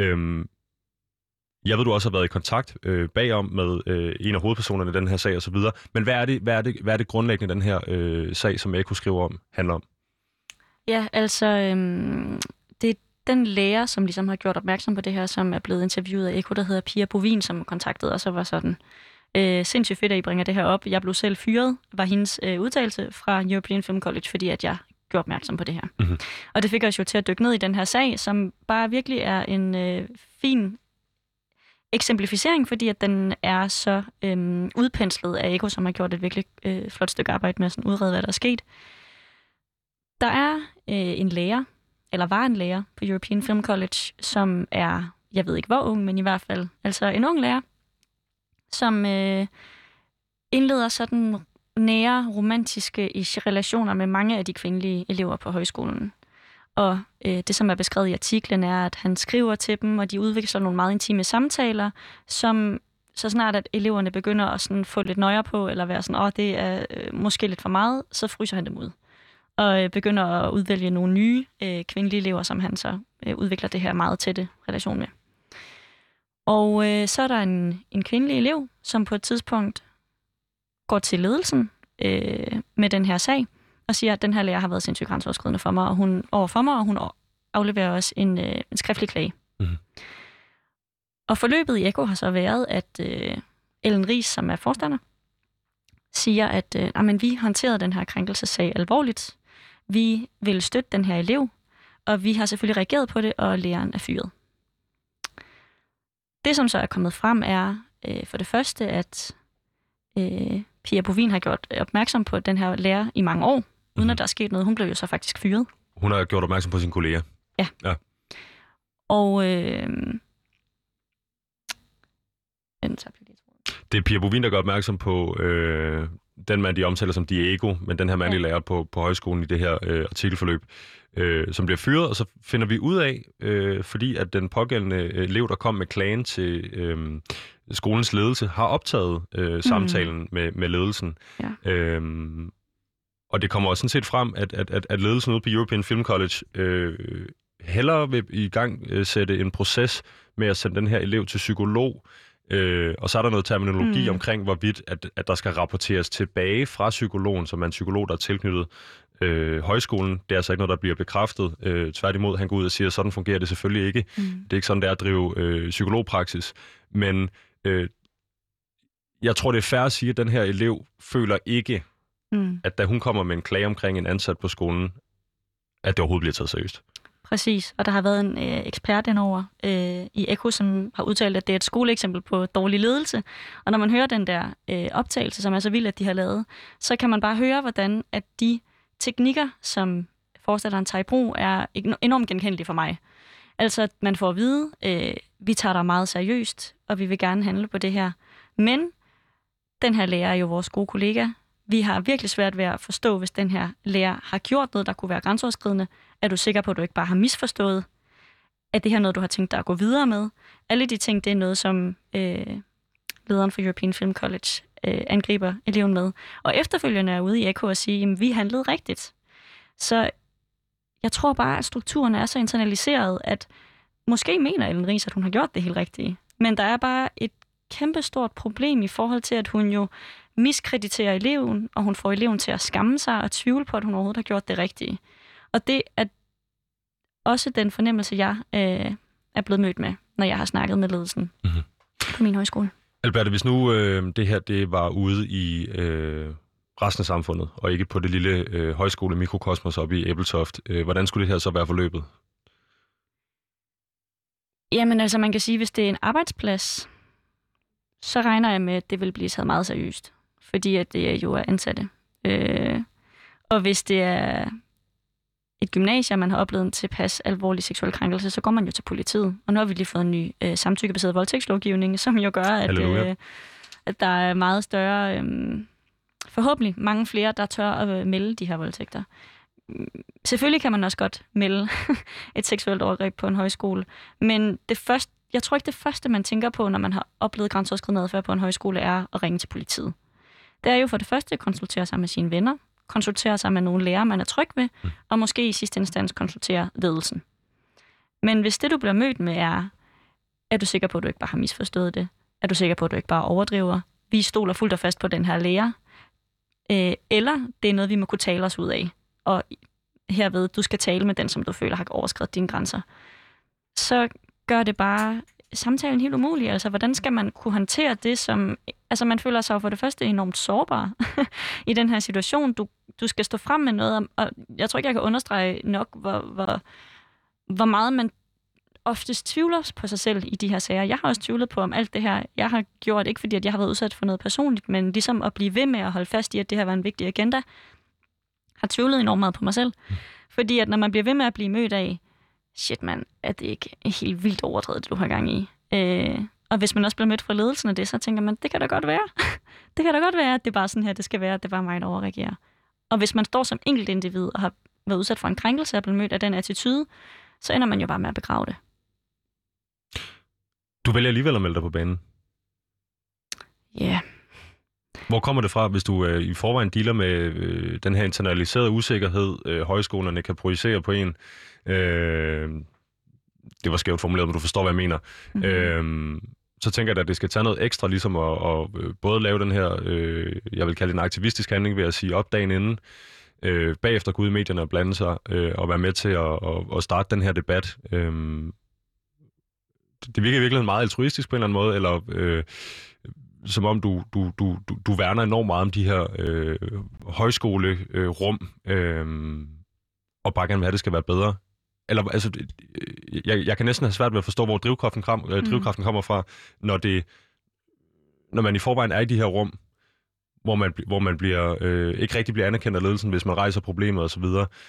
Jeg ved, du også har været i kontakt bagom med en af hovedpersonerne i den her sag osv., men hvad er det grundlæggende, den her sag, som Ekko skriver om, handler om? Ja, altså, det er den lærer, som ligesom har gjort opmærksom på det her, som er blevet interviewet af Ekko, der hedder Pia Bovin, som kontaktede os og var sådan, sindssygt fedt, at I bringer det her op. Jeg blev selv fyret, var hendes udtalelse fra European Film College, fordi at jeg gjorde opmærksom på det her. Mm-hmm. Og det fik os jo til at dykke ned i den her sag, som bare virkelig er en fin eksemplificering, fordi at den er så udpenslet af Ekko, som har gjort et virkelig flot stykke arbejde med at sådan udrede, hvad der er sket. Der er en lærer, eller var en lærer på European Film College, som er, jeg ved ikke hvor ung, men i hvert fald, altså en ung lærer, som indleder sådan nære, romantiske relationer med mange af de kvindelige elever på højskolen. Og det, som er beskrevet i artiklen, er, at han skriver til dem, og de udvikler nogle meget intime samtaler, som så snart, at eleverne begynder at sådan få lidt nøjer på, eller være sådan, det er måske lidt for meget, så fryser han dem ud. Og begynder at udvælge nogle nye kvindelige elever, som han så udvikler det her meget tætte relation med. Og så er der en kvindelig elev, som på et tidspunkt går til ledelsen med den her sag, og siger, at den her lærer har været sindssygt grænseoverskridende for mig, og hun afleverer også en skriftlig klage. Mm-hmm. Og forløbet i Ekko har så været, at Ellen Riis, som er forstander, siger, at vi håndterede den her krænkelsessag alvorligt. Vi vil støtte den her elev, og vi har selvfølgelig reageret på det, og læreren er fyret. Det, som så er kommet frem, er for det første, at Pia Bovin har gjort opmærksom på den her lærer i mange år, uden at der er sket noget. Hun blev jo så faktisk fyret. Hun har gjort opmærksom på sine kolleger. Ja. Og det er Pia Bovin, der gør opmærksom på den mand, de omtaler som Diego, men den her mandlige lærer på højskolen i det her artikelforløb, som bliver fyret, og så finder vi ud af, fordi at den pågældende elev, der kom med klagen til skolens ledelse, har optaget samtalen med ledelsen. Ja. Og det kommer også sådan set frem, at ledelsen ude på European Film College hellere vil i gang sætte en proces med at sende den her elev til psykolog, og så er der noget terminologi omkring, hvorvidt at der skal rapporteres tilbage fra psykologen, som er en psykolog, der er tilknyttet højskolen. Det er altså ikke noget, der bliver bekræftet. Tværtimod, han går ud og siger, at sådan fungerer det selvfølgelig ikke. Det er ikke sådan, det er at drive psykologpraksis. Men jeg tror, det er fair at sige, at den her elev føler ikke, at da hun kommer med en klage omkring en ansat på skolen, at det overhovedet bliver taget seriøst. Præcis, og der har været en ekspert indover i Ekko, som har udtalt, at det er et skoleeksempel på dårlig ledelse. Og når man hører den der optagelse, som er så vild, at de har lavet, så kan man bare høre, hvordan at de teknikker, som forstanderen tager i brug, er enormt genkendelige for mig. Altså, at man får at vide, vi tager dig meget seriøst, og vi vil gerne handle på det her. Men den her lærer er jo vores gode kollega. Vi har virkelig svært ved at forstå, hvis den her lærer har gjort noget, der kunne være grænseoverskridende. Er du sikker på, at du ikke bare har misforstået? Er det her noget, du har tænkt dig at gå videre med? Alle de ting, det er noget, som lederen for European Film College angriber eleven med. Og efterfølgende er ude i Ekko og sige, at vi handlede rigtigt. Så jeg tror bare, at strukturen er så internaliseret, at måske mener Ellen Riis, at hun har gjort det helt rigtige. Men der er bare et kæmpestort problem i forhold til, at hun jo miskrediterer eleven, og hun får eleven til at skamme sig og tvivle på, at hun overhovedet har gjort det rigtige. Og det er også den fornemmelse, jeg er blevet mødt med, når jeg har snakket med ledelsen på min højskole. Alberte, hvis nu det her det var ude i resten af samfundet, og ikke på det lille højskole mikrokosmos oppe i Ebeltoft, hvordan skulle det her så være forløbet? Jamen altså, man kan sige, hvis det er en arbejdsplads, så regner jeg med, at det vil blive taget meget seriøst, fordi at det jo er ansatte. Og hvis det er et gymnasie, og man har oplevet en tilpas alvorlig seksuel krænkelse, så går man jo til politiet. Og nu har vi lige fået en ny samtykkebaseret voldtægtslovgivning, som jo gør, at der er meget større, forhåbentlig mange flere, der tør at melde de her voldtægter. Selvfølgelig kan man også godt melde et seksuelt overgreb på en højskole, men jeg tror ikke, det første, man tænker på, når man har oplevet grænseoverskridende adfærd på en højskole, er at ringe til politiet. Det er jo for det første at konsultere sig med sine venner, konsultere sig med nogle lærere, man er tryg ved, og måske i sidste instans konsultere ledelsen. Men hvis det, du bliver mødt med, er du sikker på, at du ikke bare har misforstået det? Er du sikker på, at du ikke bare overdriver? Vi stoler fuldt og fast på den her lærer. Eller det er noget, vi må kunne tale os ud af. Og herved, du skal tale med den, som du føler har overskredet dine grænser. Så gør det bare samtalen helt umulig. Altså, hvordan skal man kunne håndtere det, som... Altså, man føler sig for det første enormt sårbar i den her situation. Du skal stå frem med noget, og jeg tror ikke, jeg kan understrege nok, hvor meget man oftest tvivler på sig selv i de her sager. Jeg har også tvivlet på, om alt det her, jeg har gjort, ikke fordi, at jeg har været udsat for noget personligt, men ligesom at blive ved med at holde fast i, at det her var en vigtig agenda, har tvivlet enormt meget på mig selv. Fordi at når man bliver ved med at blive mødt af, shit mand, er det ikke helt vildt overdrevet, det du har gang i. Og hvis man også bliver mødt fra ledelsen af det, så tænker man, det kan da godt være. Det kan da godt være, at det er bare sådan her, det skal være, at det er bare mig, der overreagerer. Og hvis man står som enkelt individ og har været udsat for en krænkelse og blevet mødt af den attitude, så ender man jo bare med at begrave det. Du vælger alligevel at melde dig på banen. Ja. Yeah. Hvor kommer det fra, hvis du i forvejen dealer med den her internaliserede usikkerhed, højskolerne kan projicere på en? Det var skævt formuleret, men du forstår, hvad jeg mener. Mm-hmm. Så tænker jeg, at det skal tage noget ekstra, ligesom at både lave den her, jeg vil kalde det en aktivistisk handling, ved at sige op dagen inden, bagefter gå ud i medierne og blande sig, og være med til at starte den her debat. Det virker virkelig meget altruistisk på en eller anden måde, eller som om du værner enormt meget om de her højskolerum, og bare gerne vil have, at det skal være bedre. Eller, altså, jeg kan næsten have svært ved at forstå, hvor drivkraften kommer fra, når man i forvejen er i de her rum, hvor man bliver, ikke rigtig bliver anerkendt af ledelsen, hvis man rejser problemet osv.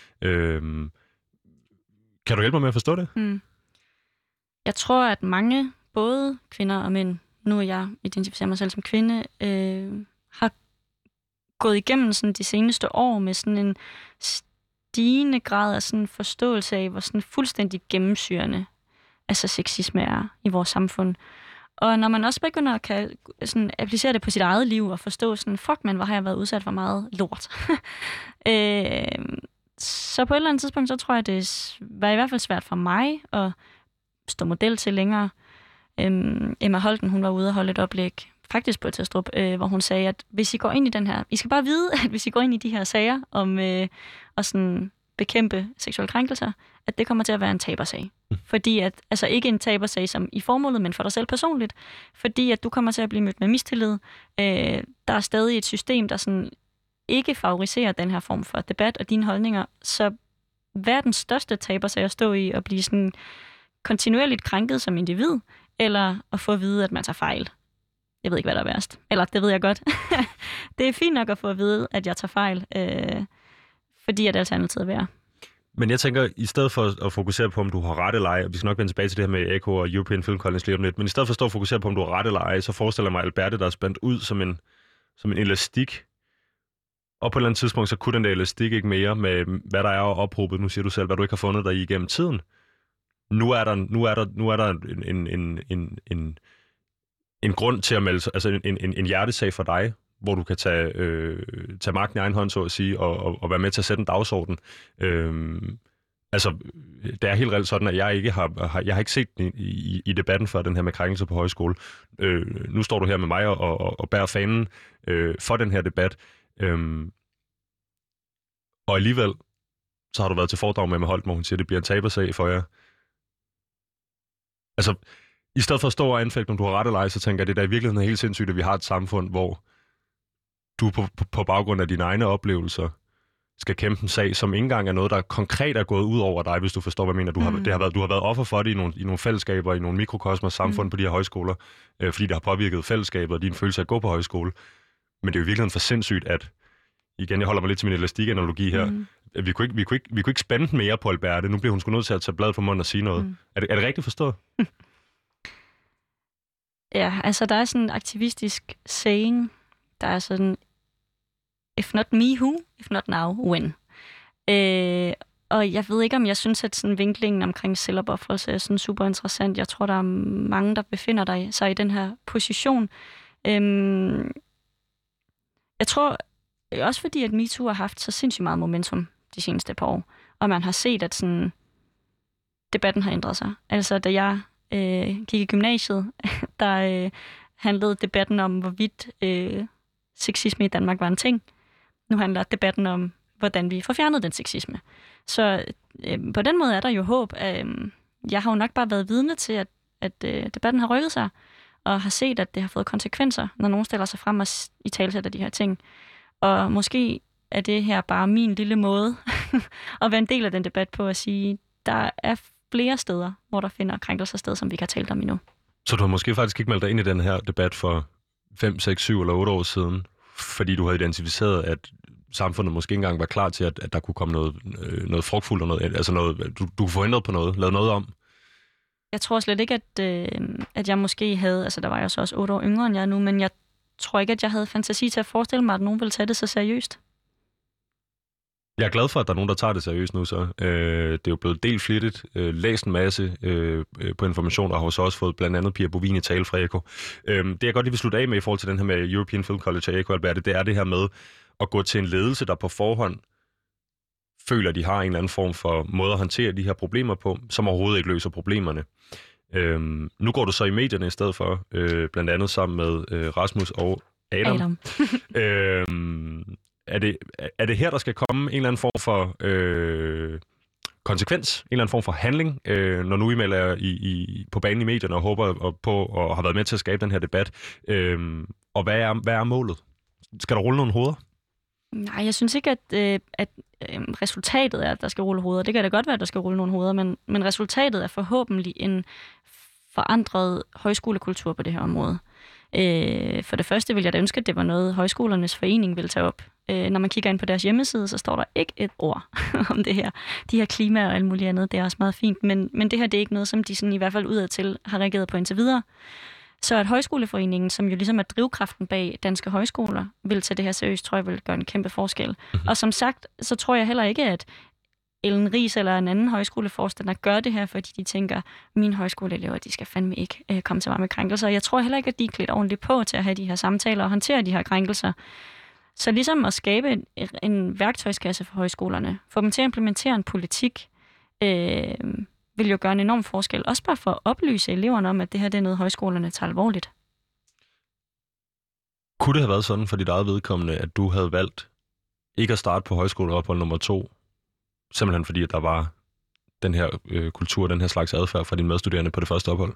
Kan du hjælpe mig med at forstå det? Jeg tror, at mange, både kvinder og mænd, nu er jeg identificerer mig selv som kvinde, har gået igennem sådan de seneste år med sådan en stigende grad af sådan forståelse af, hvor sådan fuldstændig gennemsyrende altså sexisme er i vores samfund. Og når man også begynder at kan sådan applicere det på sit eget liv og forstå sådan, fuck man, hvor har jeg været udsat for meget lort. Så på et eller andet tidspunkt, så tror jeg, det var i hvert fald svært for mig at stå model til længere. Emma Holten, hun var ude og holde et oplæg, faktisk på Testrup, hvor hun sagde, at hvis I går ind i den her, I skal bare vide, at hvis I går ind i de her sager om at sådan bekæmpe seksuelle krænkelser, at det kommer til at være en tabersag. Fordi at, altså ikke en tabersag som i formålet, men for dig selv personligt. Fordi at du kommer til at blive mødt med mistillid. Der er stadig et system, der sådan ikke favoriserer den her form for debat og dine holdninger. Så hvad er den største tabersag at stå i og blive sådan kontinuerligt krænket som individ, eller at få at vide, at man tager fejl? Jeg ved ikke, hvad der er værst. Eller, det ved jeg godt. Det er fint nok at få at vide, at jeg tager fejl, fordi at alternativet er værd. Men jeg tænker, i stedet for at fokusere på, om du har ret eller ej, og vi skal nok vende tilbage til det her med ECHO og European Film College lige om lidt, men i stedet for at stå og fokusere på, om du har ret eller ej, så forestiller jeg mig Alberte, der er spændt ud som en elastik. Og på et eller andet tidspunkt, så kunne den der elastik ikke mere med, hvad der er ophobet. Nu siger du selv, hvad du ikke har fundet dig igennem tiden. Nu er der en grund til at melde, altså en hjertesag for dig, hvor du kan tage magten i egen hånd, så at sige, og være med til at sætte en dagsorden. Altså, det er helt reelt sådan, at jeg har ikke set den i debatten før, den her med krænkelser på højskole. Nu står du her med mig og bærer fanen for den her debat. Og alligevel, så har du været til foredrag med Holdt, hvor hun siger, at det bliver en tabersag for jer. Altså, i stedet for at stå og anfægte, om du har ret eller ej, så tænker jeg, det er da i virkeligheden helt sindssygt, at vi har et samfund, hvor du på baggrund af dine egne oplevelser skal kæmpe en sag, som ikke engang er noget, der konkret er gået ud over dig, hvis du forstår, hvad jeg mener. Du har været offer for det i nogle fællesskaber, i nogle mikrokosmer samfund på de her højskoler, fordi det har påvirket fællesskabet og din følelse af at gå på højskole. Men det er jo i virkeligheden for sindssygt, at igen, jeg holder mig lidt til min elastik-analogi her, vi kunne ikke spænde mere på Alberte. Nu bliver hun sgu nødt til at tage bladet fra munden og sige noget. Mm. Er det rigtigt forstået? Ja, altså der er sådan en aktivistisk saying, der er sådan, if not me, who? If not now, when? Og jeg ved ikke, om jeg synes, at sådan vinklingen omkring selvopofrelse er sådan super interessant. Jeg tror, der er mange, der befinder sig i den her position. Jeg tror også fordi, at MeToo har haft så sindssygt meget momentum de seneste par år, og man har set, at sådan, debatten har ændret sig. Altså, da jeg gik i gymnasiet, der handlede debatten om, hvorvidt sexisme i Danmark var en ting. Nu handler debatten om, hvordan vi får fjernet den sexisme. Så på den måde er der jo håb. Jeg har jo nok bare været vidne til, at debatten har rykket sig, og har set, at det har fået konsekvenser, når nogen stiller sig frem og italesætter de her ting. Og måske er det her bare min lille måde at være en del af den debat på at sige, der er flere steder, hvor der finder krænkelser sted, som vi ikke har talt om endnu. Så du har måske faktisk ikke meldt dig ind i den her debat for 5, 6, 7 eller 8 år siden, fordi du havde identificeret, at samfundet måske ikke engang var klar til, at der kunne komme noget frugtfuldt, og noget, altså noget, du kunne få ændret på noget, lavet noget om? Jeg tror slet ikke, at jeg måske havde, altså der var jeg så også 8 år yngre end jeg er nu, men jeg tror ikke, at jeg havde fantasi til at forestille mig, at nogen ville tage det så seriøst. Jeg er glad for, at der er nogen, der tager det seriøst nu så. Det er jo blevet delt flittigt, læst en masse på information, og har også fået blandt andet Pia Bovin i tale fra Eko. Det jeg godt lige vil slutte af med i forhold til den her med European Film College og Eko, Alberte, det er det her med at gå til en ledelse, der på forhånd føler, at de har en eller anden form for måde at håndtere de her problemer på, som overhovedet ikke løser problemerne. Nu går du så i medierne i stedet for, blandt andet sammen med Rasmus og Adam. Er det her, der skal komme en eller anden form for konsekvens, en eller anden form for handling, når nu I melder på banen i medierne og håber på og har været med til at skabe den her debat? Og hvad er målet? Skal der rulle nogle hoveder? Nej, jeg synes ikke, at resultatet er, at der skal rulle hoveder. Det kan da godt være, at der skal rulle nogle hoveder, men resultatet er forhåbentlig en forandret højskolekultur på det her område. For det første vil jeg da ønske, at det var noget, højskolernes forening ville tage op. Når man kigger ind på deres hjemmeside, så står der ikke et ord om det her. De her klima og alt muligt andet, det er også meget fint, men det her det er ikke noget, som de sådan i hvert fald udadtil har reageret på indtil videre. Så at Højskoleforeningen, som jo ligesom er drivkraften bag danske højskoler, vil tage det her seriøst, tror jeg vil gøre en kæmpe forskel. Mm-hmm. Og som sagt, så tror jeg heller ikke, at Ellen Riis eller en anden højskoleforstander gør det her, fordi de tænker, mine højskoleelever, de skal fandme ikke komme til mig med krænkelser. Jeg tror heller ikke, at de er klædt ordentligt på til at have de her samtaler og håndtere de her krænkelser. Så ligesom at skabe en værktøjskasse for højskolerne, få dem til at implementere en politik, vil jo gøre en enorm forskel. Også bare for at oplyse eleverne om, at det her det er noget, højskolerne tager alvorligt. Kunne det have været sådan for dit eget vedkommende, at du havde valgt ikke at starte på højskoleophold nummer 2, simpelthen fordi, at der var den her kultur, den her slags adfærd fra dine medstuderende på det første ophold?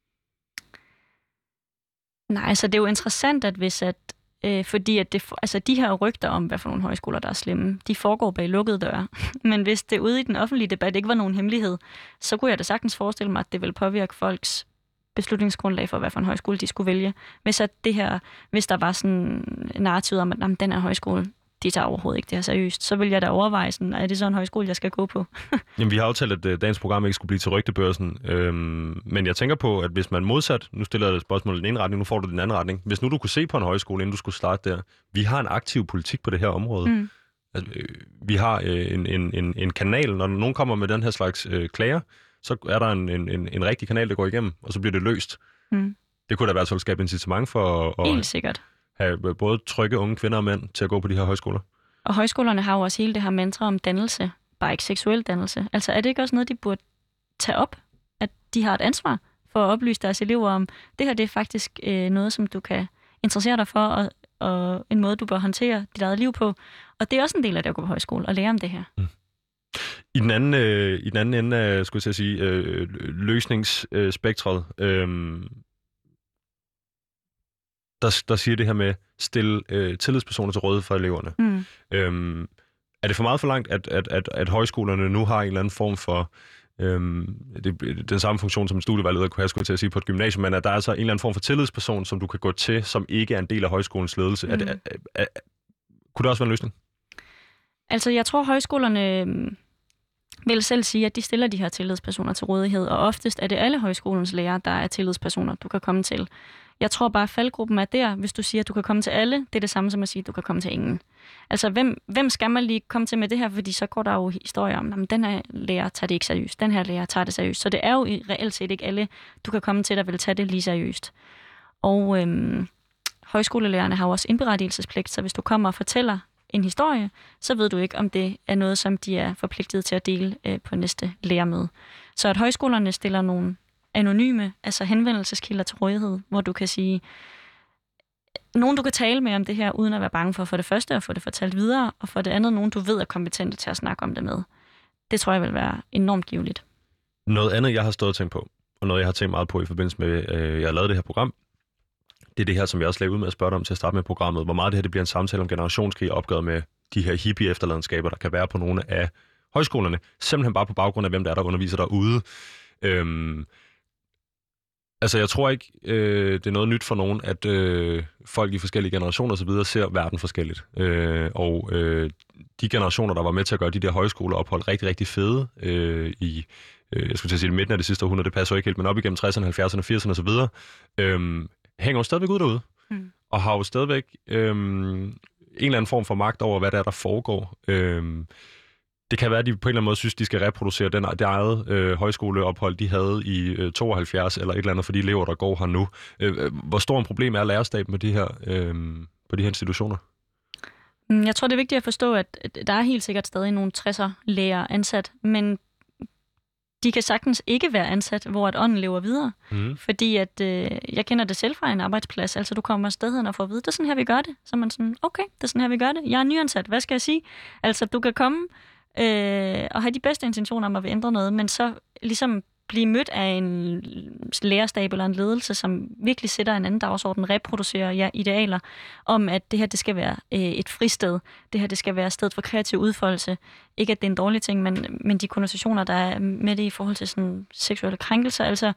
Nej, så det er jo interessant, at hvis fordi at de her rygter om, hvad for nogle højskoler, der er slemme, de foregår bag lukkede døre. Men hvis det ude i den offentlige debat ikke var nogen hemmelighed, så kunne jeg da sagtens forestille mig, at det ville påvirke folks beslutningsgrundlag for, hvad for en højskole de skulle vælge. Hvis der var sådan en narrativ om, at den her højskole, de tager overhovedet ikke det her seriøst, så vil jeg da overveje sådan, er det så en højskole, jeg skal gå på? Jamen, vi har aftalt, at dagens program ikke skulle blive til rygtebørsen, men jeg tænker på, at hvis man modsat, nu stiller jeg et spørgsmål i den ene retning, nu får du den anden retning, hvis nu du kunne se på en højskole, inden du skulle starte der, vi har en aktiv politik på det her område. Mm. Altså, vi har en kanal, når nogen kommer med den her slags klager, så er der en rigtig kanal, der går igennem, og så bliver det løst. Mm. Det kunne da i hvert fald skabe incitament for at helt sikkert have både trygge unge kvinder og mænd til at gå på de her højskoler. Og højskolerne har jo også hele det her mantra om dannelse, bare ikke seksuel dannelse. Altså er det ikke også noget, de burde tage op, at de har et ansvar for at oplyse deres elever om, det her det er faktisk noget, som du kan interessere dig for, og en måde, du bør håndtere dit eget liv på. Og det er også en del af det at gå på højskole og lære om det her. Mm. I den anden ende af, skulle jeg sige, løsningsspektret, der siger det her med stille tillidspersoner til rådighed for eleverne. Mm. Er det for meget for langt, at højskolerne nu har en eller anden form for den samme funktion, som en studievalgleder kunne have, skulle til at sige, på et gymnasium, men at der er altså en eller anden form for tillidsperson, som du kan gå til, som ikke er en del af højskolens ledelse? Mm. Kunne det også være en løsning? Altså, jeg tror, højskolerne vil selv sige, at de stiller de her tillidspersoner til rådighed, og oftest er det alle højskolens lærere, der er tillidspersoner, du kan komme til. Jeg tror bare, at faldgruppen er der, hvis du siger, at du kan komme til alle. Det er det samme som at sige, at du kan komme til ingen. Altså, hvem skal man lige komme til med det her? Fordi så går der jo historier om, at den her lærer tager det ikke seriøst, den her lærer tager det seriøst. Så det er jo reelt set ikke alle, du kan komme til, der vil tage det lige seriøst. Og højskolelærerne har jo også indberettigelsespligt, så hvis du kommer og fortæller en historie, så ved du ikke, om det er noget, som de er forpligtet til at dele på næste lærermøde. Så at højskolerne stiller nogle anonyme, altså henvendelseskilder til rådighed, hvor du kan sige, nogen du kan tale med om det her, uden at være bange for det første at få det fortalt videre, og for det andet nogen du ved er kompetente til at snakke om det med. Det tror jeg vil være enormt giveligt. Noget andet, jeg har stået og tænkt på, og noget jeg har tænkt meget på i forbindelse med, jeg har lavet det her program, det er det her, som jeg også lagde ud med at spørge dig om til at starte med programmet, hvor meget det her det bliver en samtale om generationskrig opgøret med de her hippie-efterladenskaber, der kan være på nogle af højskolerne, simpelthen bare på baggrund af, hvem der er, der underviser derude. Altså, jeg tror ikke, det er noget nyt for nogen, at folk i forskellige generationer osv. ser verden forskelligt. De generationer, der var med til at gøre de der højskoleophold rigtig, rigtig fede i, jeg skulle til at sige, midten af det sidste århundrede, det passer ikke helt, men op igennem 60'erne, 70'erne, 80'erne osv., hænger jo stadigvæk ud derude, og har jo stadigvæk en eller anden form for magt over, hvad der er, der foregår. Det kan være, at de på en eller anden måde synes, de skal reproducere det eget højskoleophold, de havde i 72 eller et eller andet for de elever, der går her nu. Hvor stor en problem er lærerstaben på de her institutioner? Jeg tror, det er vigtigt at forstå, at der er helt sikkert stadig nogle 60'er lærer ansat, men de kan sagtens ikke være ansat, hvor at ånden lever videre. Fordi at, jeg kender det selv fra en arbejdsplads. Altså, du kommer afsted hen og får at vide, det er sådan her, vi gør det. Så er man sådan, okay, det er sådan her, vi gør det. Jeg er nyansat, hvad skal jeg sige? Altså, du kan komme og have de bedste intentioner om at vil ændre noget, men så ligesom blive mødt af en lærerstab eller en ledelse, som virkelig sætter en anden dagsorden, reproducerer idealer om, at det her det skal være et fristed. Det her det skal være sted for kreativ udfoldelse. Ikke at det er en dårlig ting, men de konnotationer, der er med det i forhold til sådan seksuelle krænkelser. Altså,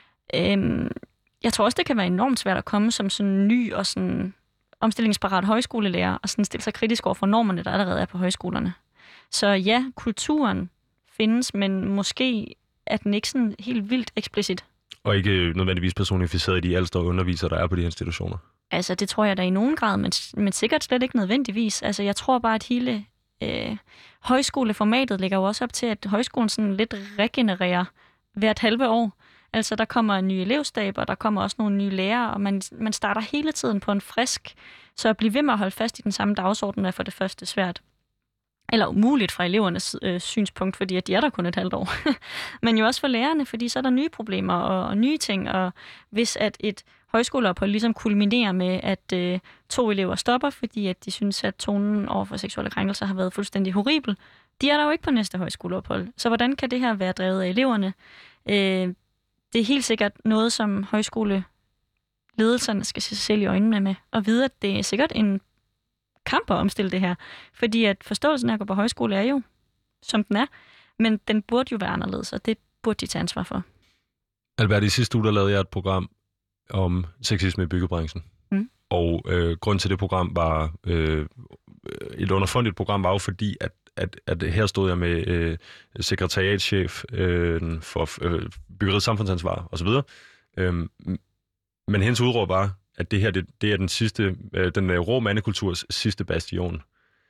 jeg tror også, det kan være enormt svært at komme som sådan ny og sådan omstillingsparat højskolelærer og sådan stille sig kritisk over for normerne, der allerede er på højskolerne. Så ja, kulturen findes, men måske er den ikke sådan helt vildt eksplicit. Og ikke nødvendigvis personificeret i de ældste undervisere, der er på de institutioner? Altså, det tror jeg da i nogen grad, men sikkert slet ikke nødvendigvis. Altså, jeg tror bare, at hele højskoleformatet ligger jo også op til, at højskolen sådan lidt regenererer hvert halve år. Altså, der kommer en ny elevstab, og der kommer også nogle nye lærere, og man starter hele tiden på en frisk. Så at blive ved med at holde fast i den samme dagsorden er for det første svært. Eller umuligt fra elevernes synspunkt, fordi at de er der kun et halvt år. Men jo også for lærerne, fordi så er der nye problemer og nye ting, og hvis at et højskoleophold ligesom kulminerer med, at 2 elever stopper, fordi at de synes, at tonen over for seksuelle krænkelser har været fuldstændig horribel, de er der jo ikke på næste højskoleophold. Så hvordan kan det her være drevet af eleverne? Det er helt sikkert noget, som højskoleledelserne skal se sig selv i øjnene med, og vide, at det er sikkert en kamp at omstille det her. Fordi at forståelsen af at gå på højskole er jo, som den er, men den burde jo være anderledes, og det burde de tage ansvar for. Albert, i sidste uge der lavede jeg et program om sexisme i byggebranchen. Og grund til det program var, et underfundigt program var jo fordi, at her stod jeg med sekretariatschef for byggeriets samfundsansvar osv. Men hendes udråb var, at det her det er den rå mandekulturs sidste bastion.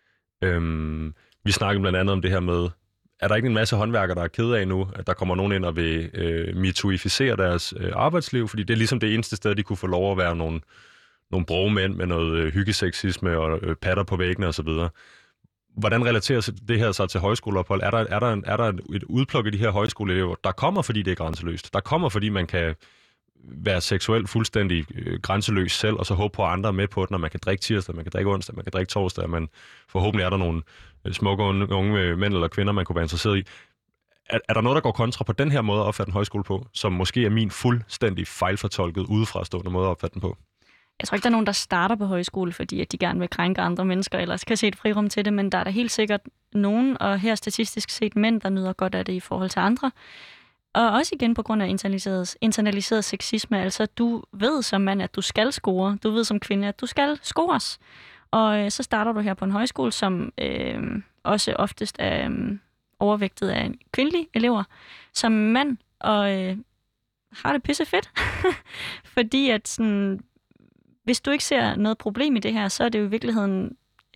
Vi snakkede blandt andet om det her med, er der ikke en masse håndværkere, der er ked af nu, at der kommer nogen ind og vil metooificere deres arbejdsliv, fordi det er ligesom det eneste sted, de kunne få lov at være nogle brogmænd med noget hyggeseksisme og patter på væggene osv. Hvordan relaterer det her så til højskoleophold? Er der et udpluk af de her højskoleelever, der kommer, fordi det er grænseløst? Der kommer, fordi man kan være seksuelt fuldstændig grænseløs selv, og så håbe på, at andre er med på det, når man kan drikke tirsdag, man kan drikke onsdag, man kan drikke torsdag, men forhåbentlig er der nogle smukke unge mænd eller kvinder, man kunne være interesseret i. Er der noget, der går kontra på den her måde at opfatte en højskole på, som måske er min fuldstændig fejlfortolket udefrastående måde at opfatte den på? Jeg tror ikke, der er nogen, der starter på højskole, fordi at de gerne vil krænke andre mennesker, eller skal se et frirum til det, men der er da helt sikkert nogen, og her statistisk set mænd, der nyder godt af det i forhold til andre. Og også igen på grund af internaliseret sexisme, altså du ved som mand, at du skal score, du ved som kvinde, at du skal scores. Og så starter du her på en højskole, som også oftest er overvægtet af kvindelige elever, som mand, og har det pisse fedt. Fordi at sådan, hvis du ikke ser noget problem i det her, så er det jo i virkeligheden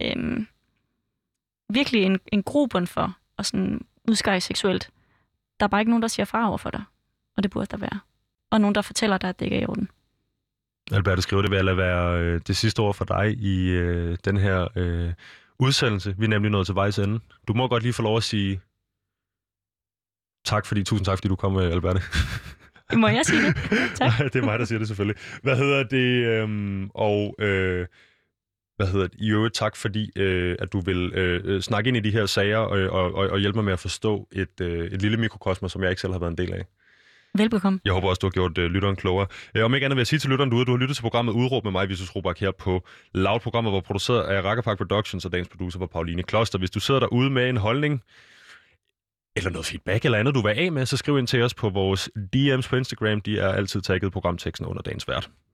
virkelig en grobund for at sådan udskære seksuelt. Der er bare ikke nogen, der siger fra over for dig, og det burde der være. Og nogen, der fortæller dig, at det ikke er i orden. Alberte, skriver det vil lade være det sidste ord for dig i den her udsendelse. Vi er nemlig nået til vejs ende. Du må godt lige få lov at sige tusind tak, fordi du kom, Alberte. Må jeg sige det? Tak. Det er mig, der siger det selvfølgelig. Hvad hedder det? I øvrigt tak, fordi at du vil snakke ind i de her sager og hjælpe mig med at forstå et lille mikrokosmos, som jeg ikke selv har været en del af. Velbekomme. Jeg håber også, du har gjort lytteren klogere. Om ikke andet vil jeg sige til lytteren derude, at du har lyttet til programmet Udråb med mig, Vitus Robak, her på Loud. Programmet var produceret af Rakkerpark Productions, og dagens producer var Pauline Kloster. Hvis du sidder derude med en holdning, eller noget feedback eller andet, du vil af med, så skriv ind til os på vores DM's på Instagram. De er altid tagget programteksten under dagens vært.